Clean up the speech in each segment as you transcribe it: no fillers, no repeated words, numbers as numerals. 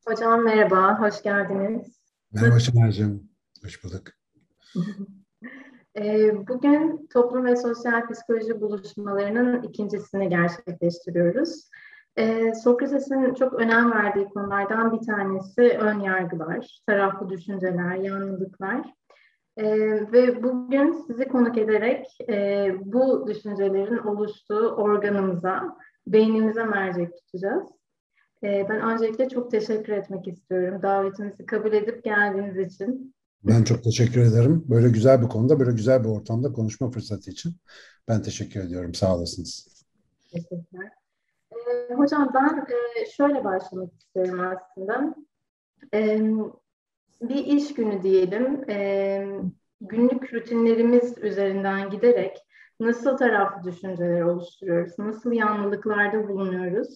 Hocam merhaba, hoş geldiniz. Merhaba Nasıl? Şener'cim. Hoş bulduk. Bugün toplum ve sosyal psikoloji buluşmalarının ikincisini gerçekleştiriyoruz. Sokrates'in çok önem verdiği konulardan bir tanesi ön yargılar, taraflı düşünceler, yanlılıklar. Ve bugün sizi konuk ederek bu düşüncelerin oluştuğu organımıza, beynimize mercek tutacağız. Ben öncelikle çok teşekkür etmek istiyorum davetimizi kabul edip geldiğiniz için. Ben çok teşekkür ederim. Böyle güzel bir konuda, böyle güzel bir ortamda konuşma fırsatı için. Ben teşekkür ediyorum. Sağ olasınız. Teşekkürler. Hocam ben şöyle başlamak istiyorum aslında. E, Bir iş günü diyelim, günlük rutinlerimiz üzerinden giderek nasıl taraflı düşünceler oluşturuyoruz, nasıl yanlılıklarda bulunuyoruz?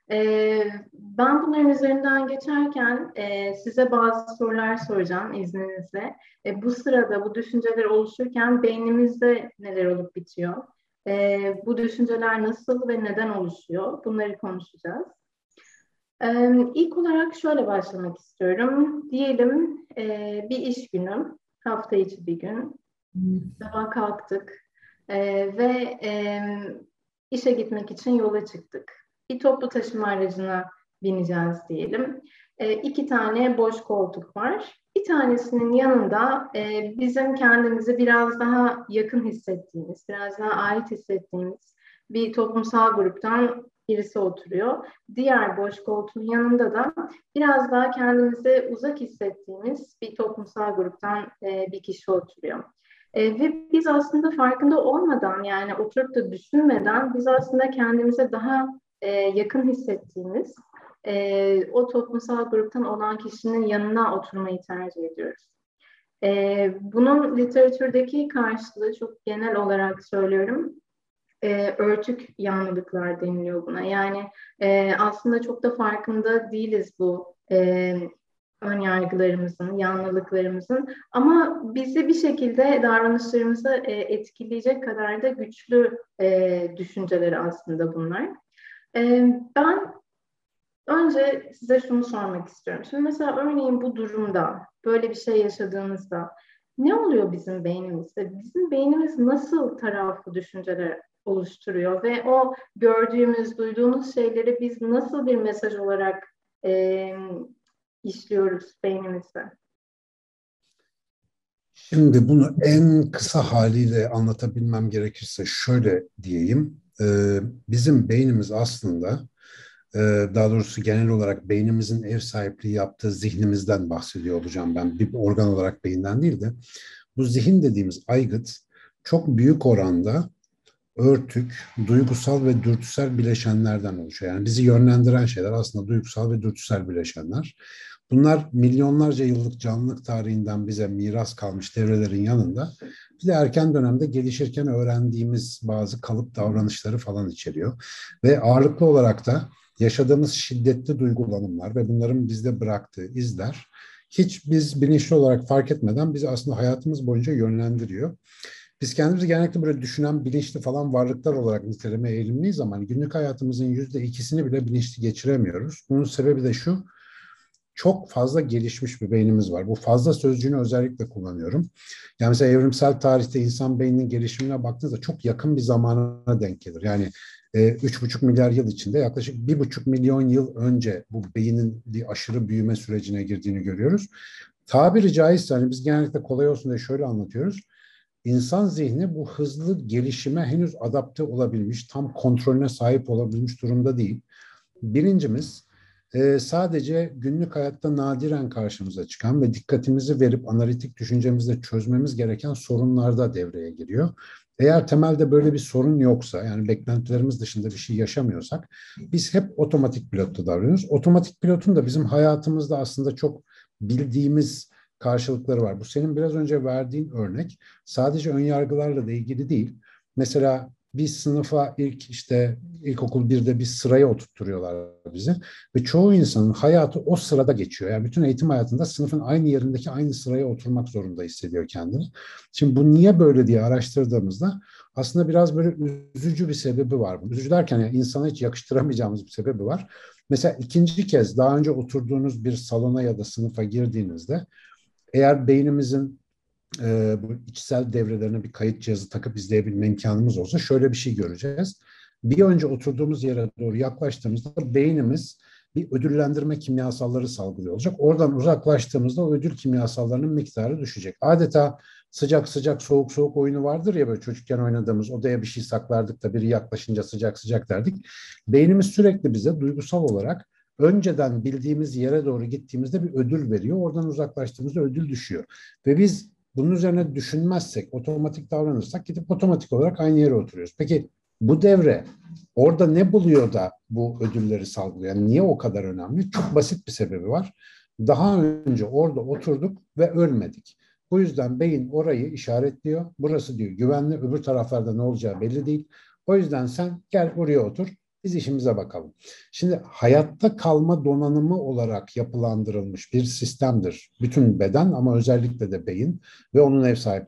Ben bunların üzerinden geçerken size bazı sorular soracağım izninizle. Bu sırada bu düşünceler oluşurken beynimizde neler olup bitiyor? Bu düşünceler nasıl ve neden oluşuyor? Bunları konuşacağız. İlk olarak şöyle başlamak istiyorum. Diyelim bir iş günü, hafta içi bir gün. Sabah kalktık ve işe gitmek için yola çıktık. Bir toplu taşıma aracına bineceğiz diyelim. İki tane boş koltuk var. Bir tanesinin yanında bizim kendimizi biraz daha yakın hissettiğimiz, biraz daha ait hissettiğimiz bir toplumsal gruptan birisi oturuyor. Diğer boş koltuğun yanında da biraz daha kendimizi uzak hissettiğimiz bir toplumsal gruptan bir kişi oturuyor. Ve biz aslında farkında olmadan yani oturup da düşünmeden biz aslında kendimize daha yakın hissettiğimiz o toplumsal gruptan olan kişinin yanına oturmayı tercih ediyoruz. Bunun literatürdeki karşılığı çok genel olarak söylüyorum. Örtük yanlılıklar deniliyor buna. Yani aslında çok da farkında değiliz bu ön yargılarımızın, yanlılıklarımızın ama bizi bir şekilde davranışlarımızı etkileyecek kadar da güçlü düşünceler aslında bunlar. Ben önce size şunu sormak istiyorum. Şimdi mesela örneğin bu durumda böyle bir şey yaşadığınızda ne oluyor bizim beynimizde? Bizim beynimiz nasıl taraflı düşünceler oluşturuyor ve o gördüğümüz, duyduğumuz şeyleri biz nasıl bir mesaj olarak e, işliyoruz beynimizde? Şimdi bunu en kısa haliyle anlatabilmem gerekirse şöyle diyeyim. Bizim beynimiz aslında, e, daha doğrusu genel olarak beynimizin ev sahipliği yaptığı zihnimizden bahsediyor olacağım ben. Bir organ olarak beyinden değil de. Bu zihin dediğimiz aygıt çok büyük oranda örtük, duygusal ve dürtüsel bileşenlerden oluşuyor. Yani bizi yönlendiren şeyler aslında duygusal ve dürtüsel bileşenler. Bunlar milyonlarca yıllık canlılık tarihinden bize miras kalmış devrelerin yanında bir de erken dönemde gelişirken öğrendiğimiz bazı kalıp davranışları falan içeriyor. Ve ağırlıklı olarak da yaşadığımız şiddetli duygulanımlar ve bunların bizde bıraktığı izler hiç biz bilinçli olarak fark etmeden bizi aslında hayatımız boyunca yönlendiriyor. Biz kendimizi genellikle böyle düşünen, bilinçli falan varlıklar olarak nitelemeye eğilimliyiz ama hani günlük hayatımızın %2'sini bile bilinçli geçiremiyoruz. Bunun sebebi de şu, çok fazla gelişmiş bir beynimiz var. Bu fazla sözcüğünü özellikle kullanıyorum. Yani mesela evrimsel tarihte insan beyninin gelişimine baktığınızda çok yakın bir zamana denk gelir. Yani 3,5 milyar yıl içinde yaklaşık 1,5 milyon yıl önce bu beynin bir aşırı büyüme sürecine girdiğini görüyoruz. Tabiri caizse hani biz genellikle kolay olsun diye şöyle anlatıyoruz. İnsan zihni bu hızlı gelişime henüz adapte olabilmiş, tam kontrolüne sahip olabilmiş durumda değil. Birincimiz sadece günlük hayatta nadiren karşımıza çıkan ve dikkatimizi verip analitik düşüncemizle çözmemiz gereken sorunlarda devreye giriyor. Eğer temelde böyle bir sorun yoksa, yani beklentilerimiz dışında bir şey yaşamıyorsak, biz hep otomatik pilotta davranıyoruz. Otomatik pilotun da bizim hayatımızda aslında çok bildiğimiz karşılıkları var. Bu senin biraz önce verdiğin örnek sadece ön yargılarla da ilgili değil. Mesela bir sınıfa ilk işte ilkokul birde bir sıraya oturtturuyorlar bizi ve çoğu insanın hayatı o sırada geçiyor. Yani bütün eğitim hayatında sınıfın aynı yerindeki aynı sıraya oturmak zorunda hissediyor kendini. Şimdi bu niye böyle diye araştırdığımızda aslında biraz böyle üzücü bir sebebi var. Üzücü derken yani insana hiç yakıştıramayacağımız bir sebebi var. Mesela ikinci kez daha önce oturduğunuz bir salona ya da sınıfa girdiğinizde eğer beynimizin bu içsel devrelerine bir kayıt cihazı takıp izleyebilme imkanımız olsa şöyle bir şey göreceğiz. Bir önce oturduğumuz yere doğru yaklaştığımızda beynimiz bir ödüllendirme kimyasalları salgılıyor olacak. Oradan uzaklaştığımızda o ödül kimyasallarının miktarı düşecek. Adeta sıcak sıcak soğuk soğuk oyunu vardır ya, böyle çocukken oynadığımız, odaya bir şey saklardık da biri yaklaşınca sıcak sıcak derdik. Beynimiz sürekli bize duygusal olarak önceden bildiğimiz yere doğru gittiğimizde bir ödül veriyor. Oradan uzaklaştığımızda ödül düşüyor. Ve biz bunun üzerine düşünmezsek, otomatik davranırsak gidip otomatik olarak aynı yere oturuyoruz. Peki bu devre orada ne buluyor da bu ödülleri salgılıyor? Yani niye o kadar önemli? Çok basit bir sebebi var. Daha önce orada oturduk ve ölmedik. Bu yüzden beyin orayı işaretliyor. Burası diyor güvenli, öbür taraflarda ne olacağı belli değil. O yüzden sen gel buraya otur, biz işimize bakalım. Şimdi hayatta kalma donanımı olarak yapılandırılmış bir sistemdir. Bütün beden ama özellikle de beyin ve onun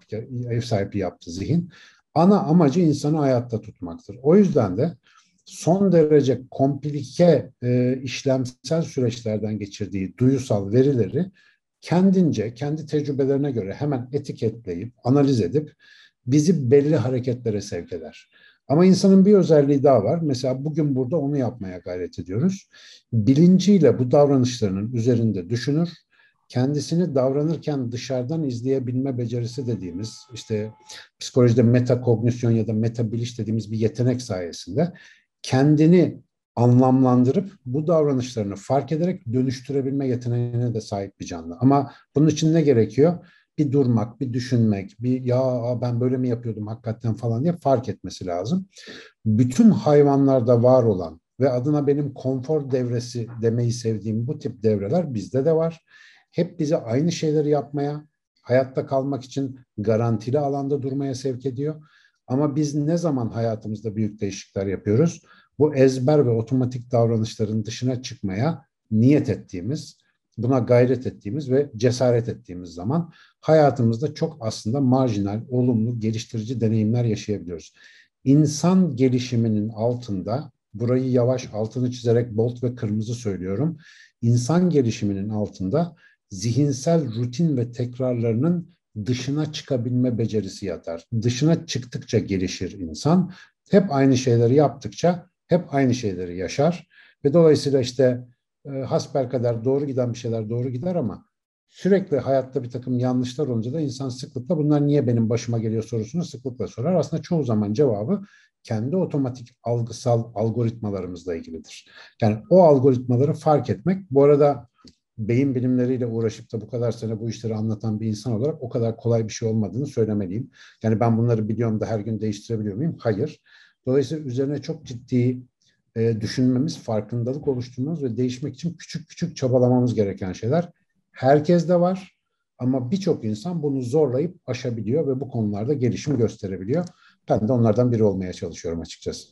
ev sahipliği yaptığı zihin. Ana amacı insanı hayatta tutmaktır. O yüzden de son derece komplike işlemsel süreçlerden geçirdiği duyusal verileri kendince, kendi tecrübelerine göre hemen etiketleyip, analiz edip bizi belli hareketlere sevk eder. Ama insanın bir özelliği daha var. Mesela bugün burada onu yapmaya gayret ediyoruz. Bilinciyle bu davranışlarının üzerinde düşünür. Kendisini davranırken dışarıdan izleyebilme becerisi dediğimiz, işte psikolojide metakognisyon ya da metabiliş dediğimiz bir yetenek sayesinde kendini anlamlandırıp bu davranışlarını fark ederek dönüştürebilme yeteneğine de sahip bir canlı. Ama bunun için ne gerekiyor? Bir durmak, bir düşünmek, bir ya ben böyle mi yapıyordum hakikaten falan diye fark etmesi lazım. Bütün hayvanlarda var olan ve adına benim konfor devresi demeyi sevdiğim bu tip devreler bizde de var. Hep bizi aynı şeyleri yapmaya, hayatta kalmak için garantili alanda durmaya sevk ediyor. Ama biz ne zaman hayatımızda büyük değişiklikler yapıyoruz? Bu ezber ve otomatik davranışların dışına çıkmaya niyet ettiğimiz, buna gayret ettiğimiz ve cesaret ettiğimiz zaman hayatımızda çok aslında marjinal, olumlu, geliştirici deneyimler yaşayabiliyoruz. İnsan gelişiminin altında, burayı yavaş altını çizerek bold ve kırmızı söylüyorum. İnsan gelişiminin altında zihinsel rutin ve tekrarlarının dışına çıkabilme becerisi yatar. Dışına çıktıkça gelişir insan. Hep aynı şeyleri yaptıkça hep aynı şeyleri yaşar ve dolayısıyla işte hasbelkader doğru giden bir şeyler doğru gider ama sürekli hayatta bir takım yanlışlar olunca da insan sıklıkla bunlar niye benim başıma geliyor sorusunu sıklıkla sorar. Aslında çoğu zaman cevabı kendi otomatik algısal algoritmalarımızla ilgilidir. Yani o algoritmaları fark etmek, bu arada beyin bilimleriyle uğraşıp da bu kadar sene bu işleri anlatan bir insan olarak o kadar kolay bir şey olmadığını söylemeliyim. Yani ben bunları biliyorum da her gün değiştirebiliyor muyum? Hayır. Dolayısıyla üzerine çok ciddi düşünmemiz, farkındalık oluşturmamız ve değişmek için küçük küçük çabalamamız gereken şeyler. Herkes de var ama birçok insan bunu zorlayıp aşabiliyor ve bu konularda gelişim gösterebiliyor. Ben de onlardan biri olmaya çalışıyorum açıkçası.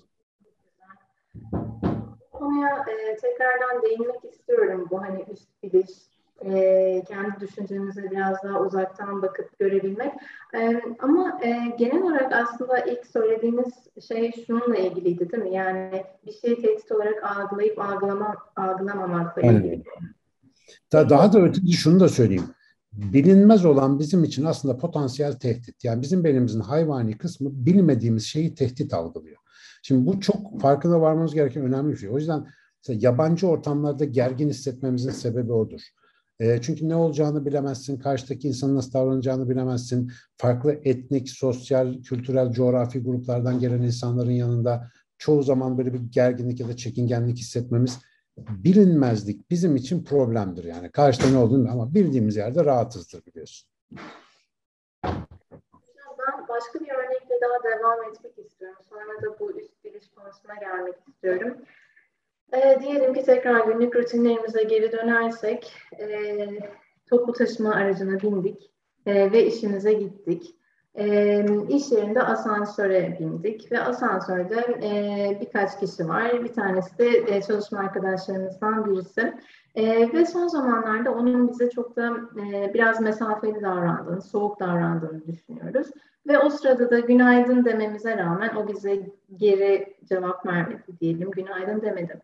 Konuya tekrardan değinmek istiyorum. Bu hani üst biliş, kendi düşüncemize biraz daha uzaktan bakıp görebilmek. Ama genel olarak aslında ilk söylediğiniz şey şununla ilgiliydi değil mi? Yani bir şeyi tehdit olarak algılayıp algılamamakla ilgili. Peki, Daha da ötesi şunu da söyleyeyim. Bilinmez olan bizim için aslında potansiyel tehdit. Yani bizim beynimizin hayvani kısmı bilmediğimiz şeyi tehdit algılıyor. Şimdi bu çok farkına varmamız gereken önemli bir şey. O yüzden yabancı ortamlarda gergin hissetmemizin sebebi odur. Çünkü ne olacağını bilemezsin, karşıdaki insanın nasıl davranacağını bilemezsin. Farklı etnik, sosyal, kültürel, coğrafi gruplardan gelen insanların yanında çoğu zaman böyle bir gerginlik ya da çekingenlik hissetmemiz, bilinmezlik bizim için problemdir. Yani karşıda ne olduğunu ama bildiğimiz yerde rahatızdır, biliyorsun. ben başka bir örnekle daha devam etmek istiyorum. Sonra da bu üst biliş konusuna gelmek istiyorum. Diyelim ki tekrar günlük rutinlerimize geri dönersek, toplu taşıma aracına bindik ve işimize gittik. İş yerinde asansöre bindik ve asansörde birkaç kişi var. Bir tanesi de çalışma arkadaşlarımızdan birisi. Ve son zamanlarda onun bize çok da biraz mesafeli davrandığını, soğuk davrandığını düşünüyoruz. Ve o sırada da günaydın dememize rağmen o bize geri cevap vermedi diyelim, günaydın demedi.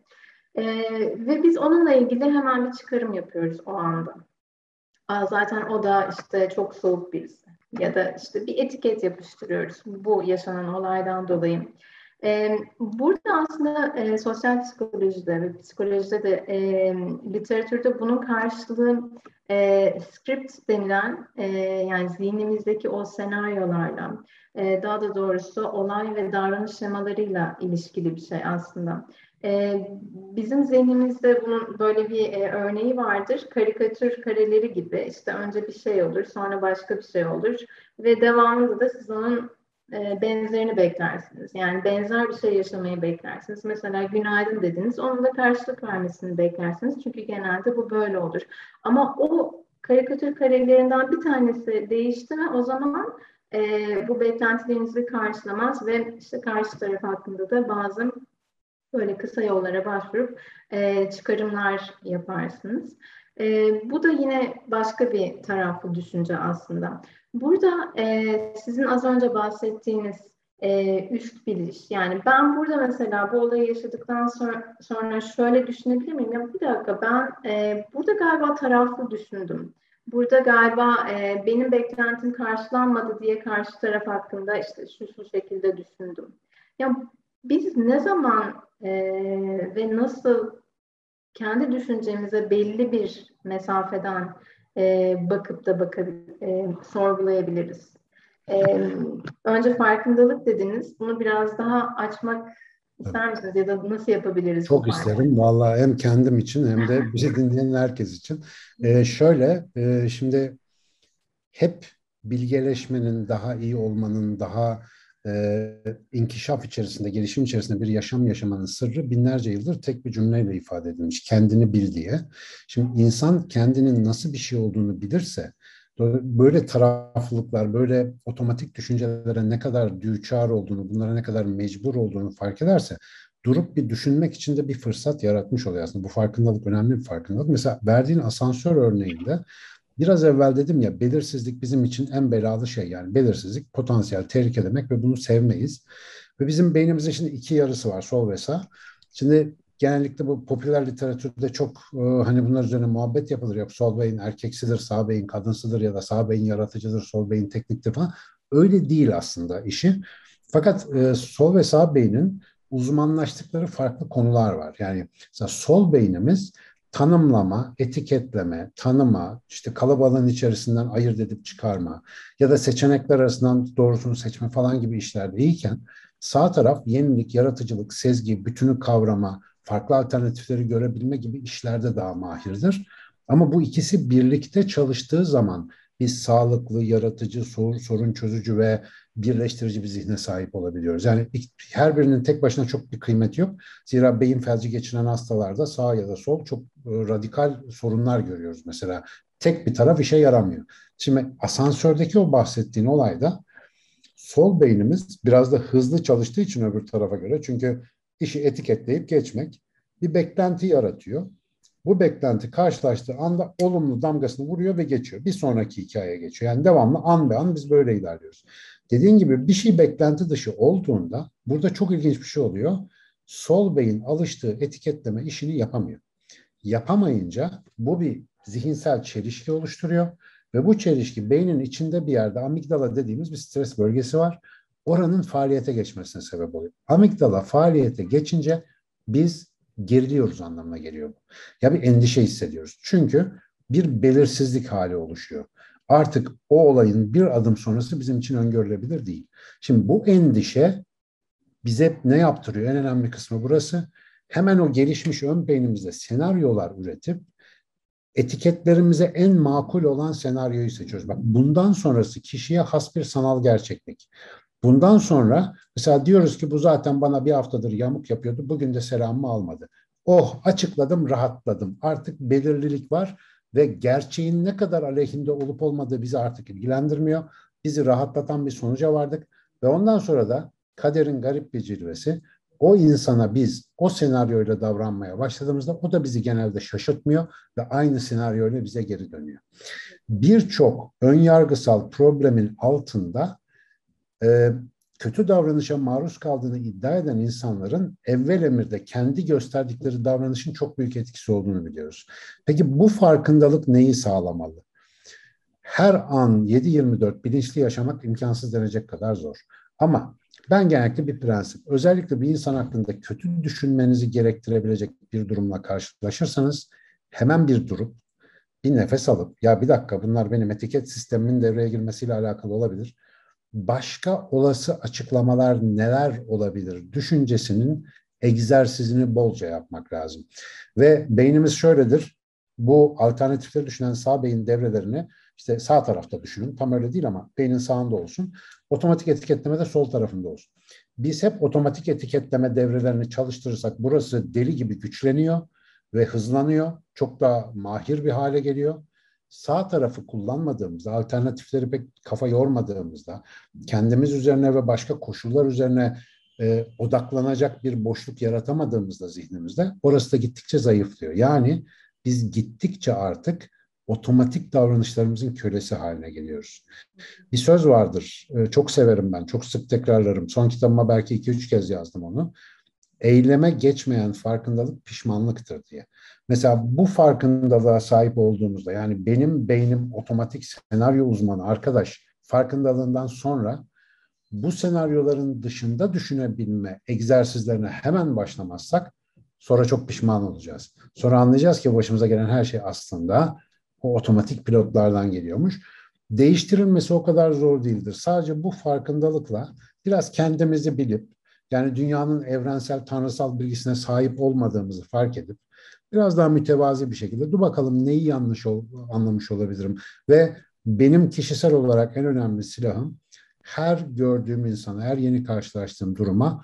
Ve biz onunla ilgili hemen bir çıkarım yapıyoruz o anda. Zaten o da işte çok soğuk birisi. Ya da işte bir etiket yapıştırıyoruz bu yaşanan olaydan dolayı. Burada aslında sosyal psikolojide ve psikolojide de literatürde bunun karşılığı script denilen yani zihnimizdeki o senaryolarla daha da doğrusu olay ve davranış şemalarıyla ilişkili bir şey aslında. Bizim zihnimizde bunun böyle bir örneği vardır. Karikatür kareleri gibi işte önce bir şey olur, sonra başka bir şey olur ve devamında da siz onun benzerini beklersiniz. Yani benzer bir şey yaşamayı beklersiniz. Mesela günaydın dediniz, onun da karşılık vermesini beklersiniz. Çünkü genelde bu böyle olur. Ama o karikatür karelerinden bir tanesi değişti mi o zaman bu beklentilerinizi karşılamaz ve işte karşı taraf hakkında da bazı böyle kısa yollara başvurup çıkarımlar yaparsınız. Bu da yine başka bir taraflı düşünce aslında. Burada sizin az önce bahsettiğiniz üst biliş, yani ben burada mesela bu olayı yaşadıktan sonra şöyle düşünebilir miyim? Ya bir dakika ben burada galiba taraflı düşündüm. Burada galiba benim beklentim karşılanmadı diye karşı taraf hakkında işte şu şekilde düşündüm. Ya biz ne zaman ve nasıl kendi düşüncemize belli bir mesafeden bakıp da sorgulayabiliriz. Önce farkındalık dediniz. Bunu biraz daha açmak ister misiniz ya da nasıl yapabiliriz bu Çok isterim. farkındalığı? Vallahi hem kendim için hem de bizi dinleyen herkes için. Şimdi hep bilgeleşmenin, daha iyi olmanın, daha inkişaf içerisinde, gelişim içerisinde bir yaşam yaşamanın sırrı binlerce yıldır tek bir cümleyle ifade edilmiş. Kendini bil diye. Şimdi insan kendinin nasıl bir şey olduğunu bilirse, böyle taraflılıklar, böyle otomatik düşüncelere ne kadar düçar olduğunu, bunlara ne kadar mecbur olduğunu fark ederse, durup bir düşünmek için de bir fırsat yaratmış oluyor aslında. Bu farkındalık önemli bir farkındalık. Mesela verdiğin asansör örneğinde biraz evvel dedim ya, belirsizlik bizim için en belalı şey. Yani belirsizlik potansiyel tehlike demek ve bunu sevmeyiz. Ve bizim beynimizin şimdi iki yarısı var, sol ve sağ. Şimdi genellikle bu popüler literatürde çok hani bunlar üzerine muhabbet yapılır. Yok sol beyin erkeksidir, sağ beyin kadınsıdır ya da sağ beyin yaratıcıdır, sol beyin tekniktir falan. Öyle değil aslında işi. Fakat sol ve sağ beynin uzmanlaştıkları farklı konular var. Yani mesela sol beynimiz tanımlama, etiketleme, tanıma, işte kalabalığın içerisinden ayırt edip çıkarma ya da seçenekler arasından doğrusunu seçme falan gibi işlerde iyiyken, sağ taraf yenilik, yaratıcılık, sezgi, bütünü kavrama, farklı alternatifleri görebilme gibi işlerde daha mahirdir. Ama bu ikisi birlikte çalıştığı zaman biz sağlıklı, yaratıcı, sorun çözücü ve birleştirici bir zihne sahip olabiliyoruz. Yani her birinin tek başına çok bir kıymeti yok. Zira beyin felci geçiren hastalarda sağ ya da sol çok radikal sorunlar görüyoruz mesela. Tek bir taraf işe yaramıyor. Şimdi asansördeki o bahsettiğin olayda sol beynimiz biraz da hızlı çalıştığı için öbür tarafa göre, çünkü işi etiketleyip geçmek bir beklenti yaratıyor. Bu beklenti karşılaştığı anda olumlu damgasını vuruyor ve geçiyor. Bir sonraki hikayeye geçiyor. Yani devamlı an be an biz böyle ilerliyoruz. Dediğin gibi bir şey beklenti dışı olduğunda burada çok ilginç bir şey oluyor. Sol beyin alıştığı etiketleme işini yapamıyor. Yapamayınca bu bir zihinsel çelişki oluşturuyor ve bu çelişki beynin içinde bir yerde amigdala dediğimiz bir stres bölgesi var. Oranın faaliyete geçmesine sebep oluyor. Amigdala faaliyete geçince biz geriliyoruz anlamına geliyor bu. Ya bir endişe hissediyoruz. Çünkü bir belirsizlik hali oluşuyor. Artık o olayın bir adım sonrası bizim için öngörülebilir değil. Şimdi bu endişe bize ne yaptırıyor? En önemli kısmı burası. Hemen o gelişmiş ön beynimizde senaryolar üretip etiketlerimize en makul olan senaryoyu seçiyoruz. Bak, bundan sonrası kişiye has bir sanal gerçeklik. Bundan sonra mesela diyoruz ki bu zaten bana bir haftadır yamuk yapıyordu. Bugün de selamımı almadı. Oh, açıkladım, rahatladım. Artık belirlilik var ve gerçeğin ne kadar aleyhinde olup olmadığı bizi artık ilgilendirmiyor. Bizi rahatlatan bir sonuca vardık ve ondan sonra da kaderin garip bir cilvesi. o insana biz o senaryoyla davranmaya başladığımızda o da bizi genelde şaşırtmıyor ve aynı senaryoyla bize geri dönüyor. Birçok önyargısal problemin altında e, kötü davranışa maruz kaldığını iddia eden insanların evvel emirde kendi gösterdikleri davranışın çok büyük etkisi olduğunu biliyoruz. Peki bu farkındalık neyi sağlamalı? Her an 7/24 bilinçli yaşamak imkansız denecek kadar zor. Ama ben genellikle bir prensip, özellikle bir insan hakkında kötü düşünmenizi gerektirebilecek bir durumla karşılaşırsanız hemen bir durup bir nefes alıp ya bir dakika bunlar benim etiket sistemimin devreye girmesiyle alakalı olabilir. Başka olası açıklamalar neler olabilir düşüncesinin egzersizini bolca yapmak lazım. Ve beynimiz şöyledir. Bu alternatifleri düşünen sağ beyin devrelerini işte sağ tarafta düşünün. Tam öyle değil ama beynin sağında olsun. Otomatik etiketleme de sol tarafında olsun. Biz hep otomatik etiketleme devrelerini çalıştırırsak burası deli gibi güçleniyor ve hızlanıyor. Çok daha mahir bir hale geliyor. Sağ tarafı kullanmadığımızda, alternatifleri pek kafa yormadığımızda, kendimiz üzerine ve başka koşullar üzerine odaklanacak bir boşluk yaratamadığımızda zihnimizde orası da gittikçe zayıflıyor. Yani biz gittikçe artık otomatik davranışlarımızın kölesi haline geliyoruz. Bir söz vardır, çok severim ben, çok sık tekrarlarım. Son kitabıma belki 2-3 kez yazdım onu. Eyleme geçmeyen farkındalık pişmanlıktır diye. Mesela bu farkındalığa sahip olduğumuzda yani benim beynim otomatik senaryo uzmanı arkadaş farkındalığından sonra bu senaryoların dışında düşünebilme egzersizlerine hemen başlamazsak sonra çok pişman olacağız. Sonra anlayacağız ki başımıza gelen her şey aslında o otomatik pilotlardan geliyormuş. Değiştirilmesi o kadar zor değildir. Sadece bu farkındalıkla biraz kendimizi bilip yani dünyanın evrensel tanrısal bilgisine sahip olmadığımızı fark edip biraz daha mütevazi bir şekilde dur bakalım neyi anlamış olabilirim ve benim kişisel olarak en önemli silahım her gördüğüm insana, her yeni karşılaştığım duruma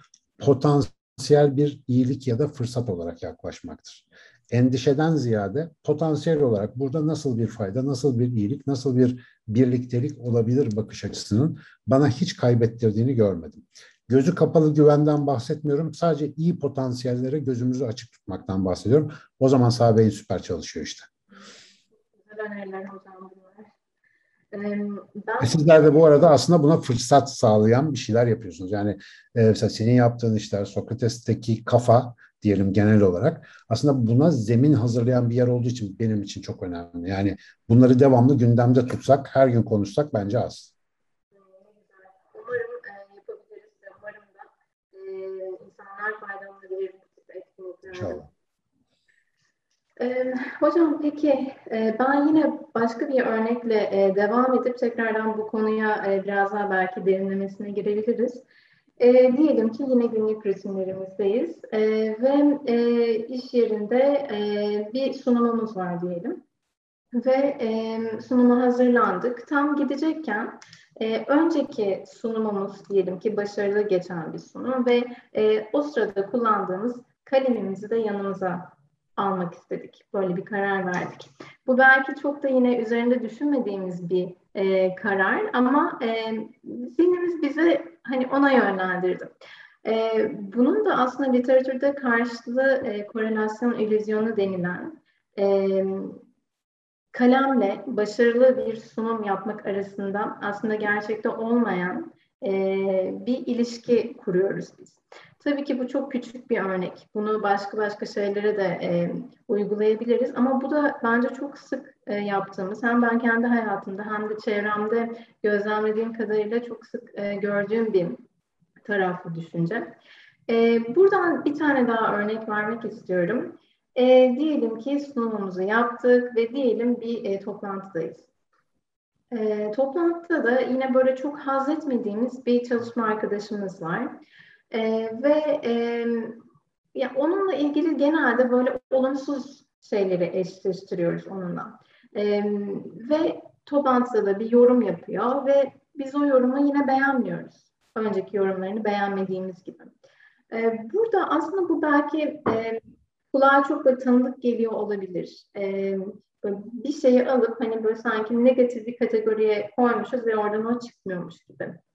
potansiyel bir iyilik ya da fırsat olarak yaklaşmaktır. Endişeden ziyade potansiyel olarak burada nasıl bir fayda, nasıl bir iyilik, nasıl bir birliktelik olabilir bakış açısının bana hiç kaybettirdiğini görmedim. Gözü kapalı güvenden bahsetmiyorum. Sadece iyi potansiyellere gözümüzü açık tutmaktan bahsediyorum. O zaman sağ beyin süper çalışıyor işte. Güzel öneriler hocam bunlar. Ben Sizler de bu arada aslında buna fırsat sağlayan bir şeyler yapıyorsunuz. Yani mesela senin yaptığın işler, Sokrates'teki kafa diyelim genel olarak aslında buna zemin hazırlayan bir yer olduğu için benim için çok önemli. Yani bunları devamlı gündemde tutsak, her gün konuşsak bence az. umarım yapabiliriz ve umarım da insanlar faydalanabilir bu tip etkinliklerden. İnşallah. Hocam peki ben yine başka bir örnekle devam edip tekrardan bu konuya biraz daha belki derinlemesine girebiliriz. Diyelim ki yine günlük rutinlerimizdeyiz ve iş yerinde bir sunumumuz var diyelim ve sunuma hazırlandık. Tam gidecekken önceki sunumumuz diyelim ki başarılı geçen bir sunum ve o sırada kullandığımız kalemimizi de yanımıza almak istedik. Böyle bir karar verdik. Bu belki çok da yine üzerinde düşünmediğimiz bir karar ama zihnimiz bizi hani ona yönlendirdi. Bunun da aslında literatürde karşılığı korelasyon illüzyonu denilen kalemle başarılı bir sunum yapmak arasında aslında gerçekte olmayan bir ilişki kuruyoruz biz. Tabii ki bu çok küçük bir örnek. Bunu başka şeylere de uygulayabiliriz. Ama bu da bence çok sık yaptığımız, hem ben kendi hayatımda hem de çevremde gözlemlediğim kadarıyla çok sık gördüğüm bir taraflı düşünce. Buradan bir tane daha örnek vermek istiyorum. Diyelim ki sunumumuzu yaptık ve diyelim bir toplantıdayız. Toplantıda da yine böyle çok haz etmediğimiz bir çalışma arkadaşımız var. Ve ya onunla ilgili genelde böyle olumsuz şeyleri eşleştiriyoruz onunla. Ve toplantıda da bir yorum yapıyor ve biz o yorumu yine beğenmiyoruz. Önceki yorumlarını beğenmediğimiz gibi. Burada aslında bu belki kulağa çok da tanıdık geliyor olabilir. Böyle bir şeyi alıp hani böyle sanki negatif bir kategoriye koymuşuz ve oradan o çıkmıyormuş gibi.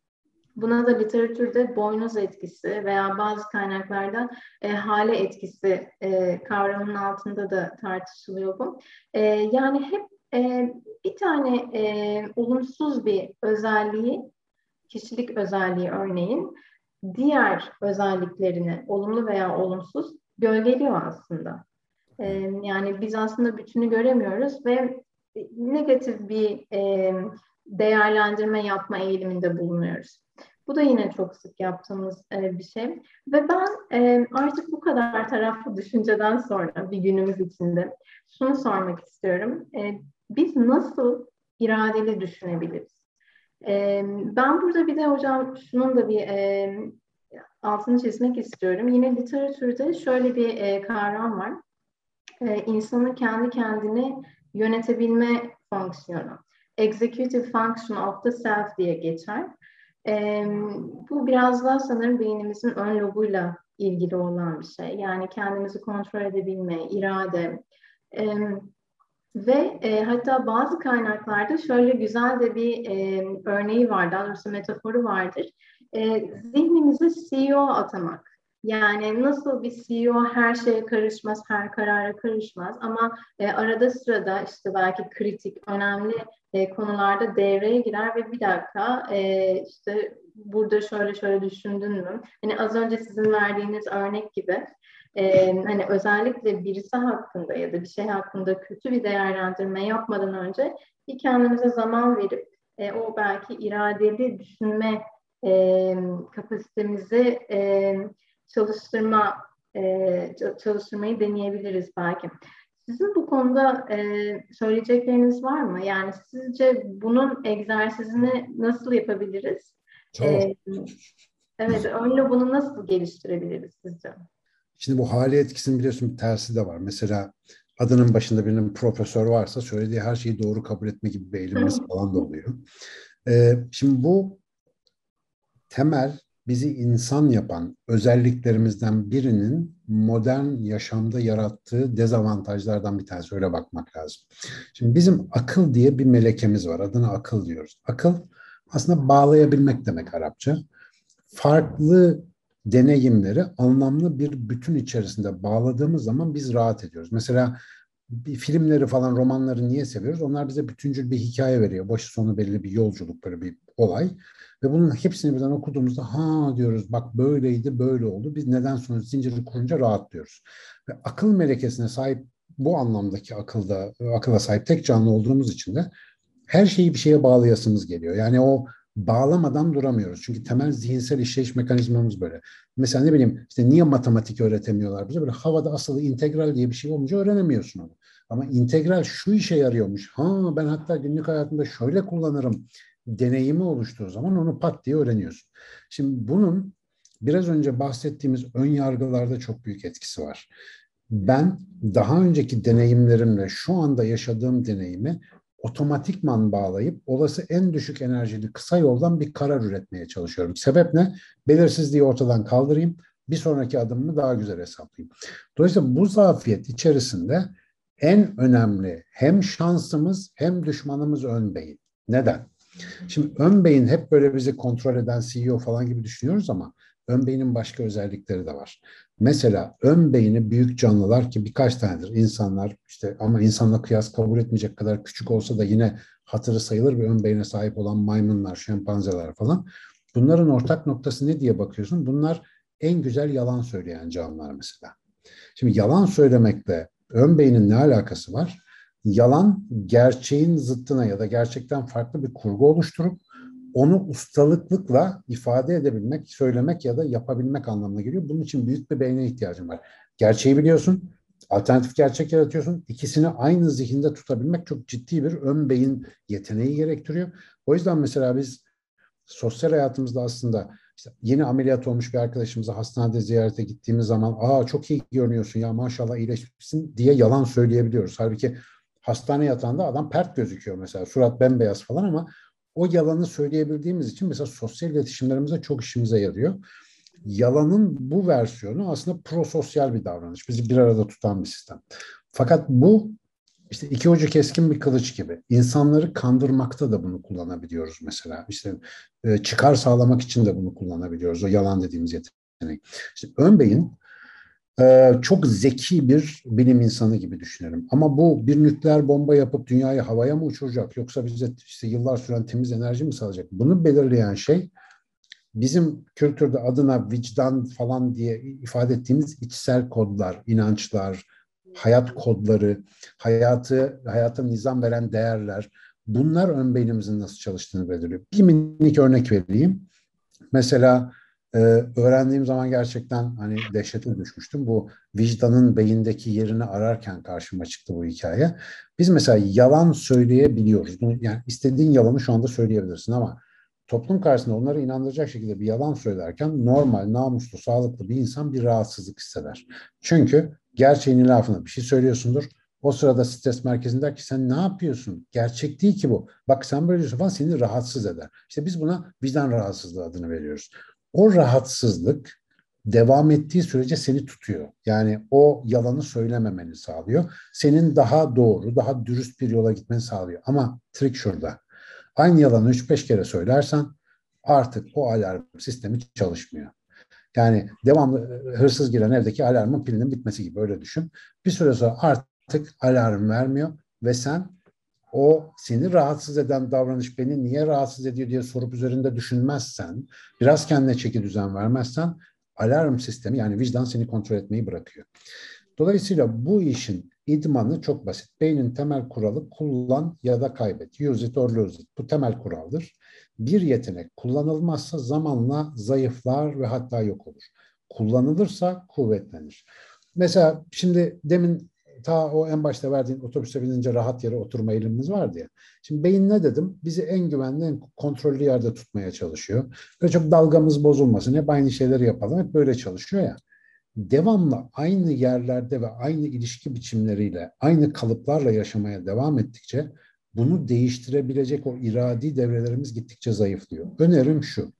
Buna da literatürde boynuz etkisi veya bazı kaynaklarda hale etkisi kavramının altında da tartışılıyor bu. Yani hep bir tane olumsuz bir özelliği, kişilik özelliği örneğin diğer özelliklerini olumlu veya olumsuz gölgeliyor aslında. Yani biz aslında bütünü göremiyoruz ve negatif bir değerlendirme yapma eğiliminde bulunuyoruz. Bu da yine çok sık yaptığımız bir şey. Ve ben artık bu kadar taraflı düşünceden sonra bir günümüz içinde şunu sormak istiyorum. Biz nasıl iradeli düşünebiliriz? Ben burada bir de hocam şunun da bir altını çizmek istiyorum. Yine literatürde şöyle bir kavram var. İnsanın kendi kendini yönetebilme fonksiyonu. Executive function of the self diye geçer. Bu biraz daha sanırım beynimizin ön lobuyla ilgili olan bir şey. Yani kendimizi kontrol edebilme, irade. Ve hatta bazı kaynaklarda şöyle güzel de bir örneği var, daha doğrusu metaforu vardır. Zihnimize CEO atamak. Yani nasıl bir CEO her şeye karışmaz, her karara karışmaz ama arada sırada işte belki kritik, önemli konularda devreye girer ve bir dakika işte burada şöyle şöyle düşündün mü? Hani az önce sizin verdiğiniz örnek gibi hani özellikle birisi hakkında ya da bir şey hakkında kötü bir değerlendirme yapmadan önce bir kendimize zaman verip o belki iradeli düşünme kapasitemizi çalıştırmayı deneyebiliriz belki. Sizin bu konuda söyleyecekleriniz var mı? Yani sizce bunun egzersizini nasıl yapabiliriz? Çok. Evet, önce bunu nasıl geliştirebiliriz sizce? Şimdi bu hali etkisinin biliyorsun bir tersi de var. Mesela adının başında birinin profesör varsa söylediği her şeyi doğru kabul etme gibi bir eğilimimiz falan da oluyor. Şimdi bu temel bizi insan yapan özelliklerimizden birinin modern yaşamda yarattığı dezavantajlardan bir tanesi. Öyle bakmak lazım. Şimdi bizim akıl diye bir melekemiz var. Adına akıl diyoruz. Akıl aslında bağlayabilmek demek Arapça. Farklı deneyimleri anlamlı bir bütün içerisinde bağladığımız zaman biz rahat ediyoruz. Mesela bir filmleri falan, romanları niye seviyoruz? Onlar bize bütüncül bir hikaye veriyor. Başı sonu belli bir yolculuk, böyle bir olay. Ve bunun hepsini birden okuduğumuzda ha diyoruz, bak böyleydi, böyle oldu. Biz neden sonra zinciri kurunca rahatlıyoruz. Ve akıl melekesine sahip, bu anlamdaki akıla sahip tek canlı olduğumuz için de her şeyi bir şeye bağlayasımız geliyor. Yani o bağlamadan duramıyoruz. Çünkü temel zihinsel işleyiş mekanizmamız böyle. Mesela ne bileyim işte niye matematik öğretemiyorlar bize? Böyle havada asılı integral diye bir şey olunca öğrenemiyorsun onu. Ama integral şu işe yarıyormuş. Ha ben hatta günlük hayatımda şöyle kullanırım deneyimi oluştuğu zaman onu pat diye öğreniyorsun. Şimdi bunun biraz önce bahsettiğimiz ön yargılarda çok büyük etkisi var. Ben daha önceki deneyimlerimle şu anda yaşadığım deneyimi otomatikman bağlayıp olası en düşük enerjili kısa yoldan bir karar üretmeye çalışıyorum. Sebep ne? Belirsizliği ortadan kaldırayım, bir sonraki adımımı daha güzel hesaplayayım. Dolayısıyla bu zafiyet içerisinde en önemli hem şansımız hem düşmanımız ön beyin. Neden? Şimdi ön beyin hep böyle bizi kontrol eden CEO falan gibi düşünüyoruz ama ön beynin başka özellikleri de var. Mesela ön beyni büyük canlılar ki birkaç tanedir insanlar işte ama insanla kıyas kabul etmeyecek kadar küçük olsa da yine hatırı sayılır bir ön beyne sahip olan maymunlar, şempanzeler falan. Bunların ortak noktası ne diye bakıyorsun? Bunlar en güzel yalan söyleyen canlılar mesela. Şimdi yalan söylemekle ön beynin ne alakası var? Yalan gerçeğin zıttına ya da gerçekten farklı bir kurgu oluşturup onu ustalıkla ifade edebilmek, söylemek ya da yapabilmek anlamına geliyor. Bunun için büyük bir beyne ihtiyacın var. Gerçeği biliyorsun, alternatif gerçek yaratıyorsun. İkisini aynı zihinde tutabilmek çok ciddi bir ön beyin yeteneği gerektiriyor. O yüzden mesela biz sosyal hayatımızda aslında işte yeni ameliyat olmuş bir arkadaşımızı hastanede ziyarete gittiğimiz zaman aa çok iyi görünüyorsun ya maşallah iyileşmişsin diye yalan söyleyebiliyoruz. Halbuki hastane yatağında adam pert gözüküyor mesela surat bembeyaz falan ama o yalanı söyleyebildiğimiz için mesela sosyal iletişimlerimize çok işimize yarıyor. Yalanın bu versiyonu aslında prososyal bir davranış. Bizi bir arada tutan bir sistem. Fakat bu İşte iki ucu keskin bir kılıç gibi. İnsanları kandırmakta da bunu kullanabiliyoruz mesela. İşte çıkar sağlamak için de bunu kullanabiliyoruz. O yalan dediğimiz yetenek. İşte ön beyin çok zeki bir bilim insanı gibi düşünelim. Ama bu bir nükleer bomba yapıp dünyayı havaya mı uçuracak yoksa bize işte yıllar süren temiz enerji mi sağlayacak? Bunu belirleyen şey bizim kültürde adına vicdan falan diye ifade ettiğimiz içsel kodlar, inançlar, hayat kodları, hayata nizam veren değerler. Bunlar ön beynimizin nasıl çalıştığını belirliyor. Bir minik örnek vereyim. Mesela e, öğrendiğim zaman gerçekten hani dehşete düşmüştüm. Bu vicdanın beyindeki yerini ararken karşıma çıktı bu hikaye. Biz mesela yalan söyleyebiliyoruz. Yani istediğin yalanı şu anda söyleyebilirsin ama toplum karşısında onları inandıracak şekilde bir yalan söylerken normal, namuslu, sağlıklı bir insan bir rahatsızlık hisseder. Çünkü gerçeğin ilafına bir şey söylüyorsundur. O sırada stres merkezinde der ki sen ne yapıyorsun? Gerçek değil ki bu. Bak sen böyle diyorsun falan seni rahatsız eder. İşte biz buna vicdan rahatsızlığı adını veriyoruz. O rahatsızlık devam ettiği sürece seni tutuyor. Yani o yalanı söylememeni sağlıyor. Senin daha doğru, daha dürüst bir yola gitmeni sağlıyor. Ama trik şurada. Aynı yalanı 3-5 kere söylersen artık o alarm sistemi çalışmıyor. Yani devamlı hırsız giren evdeki alarmın pilinin bitmesi gibi öyle düşün. Bir süre sonra artık alarm vermiyor ve sen o seni rahatsız eden davranış beni niye rahatsız ediyor diye sorup üzerinde düşünmezsen, biraz kendine çeki düzen vermezsen alarm sistemi yani vicdan seni kontrol etmeyi bırakıyor. Dolayısıyla bu işin idmanı çok basit. Beynin temel kuralı kullan ya da kaybet. Use it or lose it. Bu temel kuraldır. Bir yetenek kullanılmazsa zamanla zayıflar ve hatta yok olur. Kullanılırsa kuvvetlenir. Mesela şimdi demin ta o en başta verdiğin otobüse binince rahat yere oturma eğilimimiz vardı ya. Şimdi beyin ne dedim? Bizi en güvenli, en kontrollü yerde tutmaya çalışıyor. Böyle çok dalgamız bozulmasın. Hep aynı şeyleri yapalım. Hep böyle çalışıyor ya. Devamlı aynı yerlerde ve aynı ilişki biçimleriyle, aynı kalıplarla yaşamaya devam ettikçe bunu değiştirebilecek o iradi devrelerimiz gittikçe zayıflıyor. Önerim şu,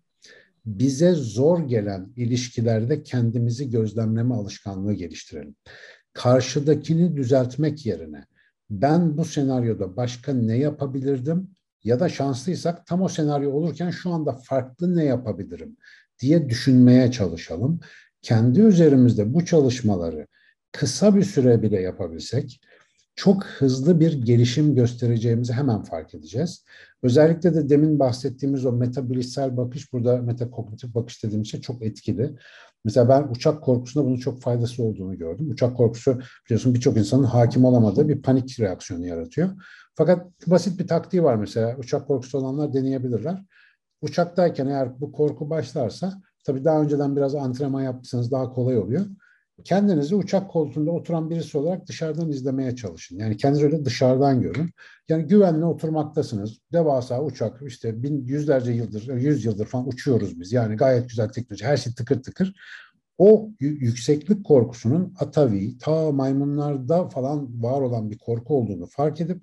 bize zor gelen ilişkilerde kendimizi gözlemleme alışkanlığı geliştirelim. Karşıdakini düzeltmek yerine ben bu senaryoda başka ne yapabilirdim ya da şanslıysak tam o senaryo olurken şu anda farklı ne yapabilirim diye düşünmeye çalışalım. Kendi üzerimizde bu çalışmaları kısa bir süre bile yapabilsek çok hızlı bir gelişim göstereceğimizi hemen fark edeceğiz. Özellikle de demin bahsettiğimiz o metabilişsel bakış, burada metakognitif bakış dediğimiz şey çok etkili. Mesela ben uçak korkusunda bunun çok faydası olduğunu gördüm. Uçak korkusu biliyorsun birçok insanın hakim olamadığı bir panik reaksiyonu yaratıyor. Fakat basit bir taktiği var mesela. Uçak korkusu olanlar deneyebilirler. Uçaktayken eğer bu korku başlarsa, tabii daha önceden biraz antrenman yaptıysanız daha kolay oluyor. Kendinizi uçak koltuğunda oturan birisi olarak dışarıdan izlemeye çalışın. Yani kendinizi öyle dışarıdan görün. Yani güvenli oturmaktasınız. Devasa uçak işte yüzlerce yıldır, 100 yıldır falan uçuyoruz biz. Yani gayet güzel teknoloji, her şey tıkır tıkır. O yükseklik korkusunun atavi, ta maymunlarda falan var olan bir korku olduğunu fark edip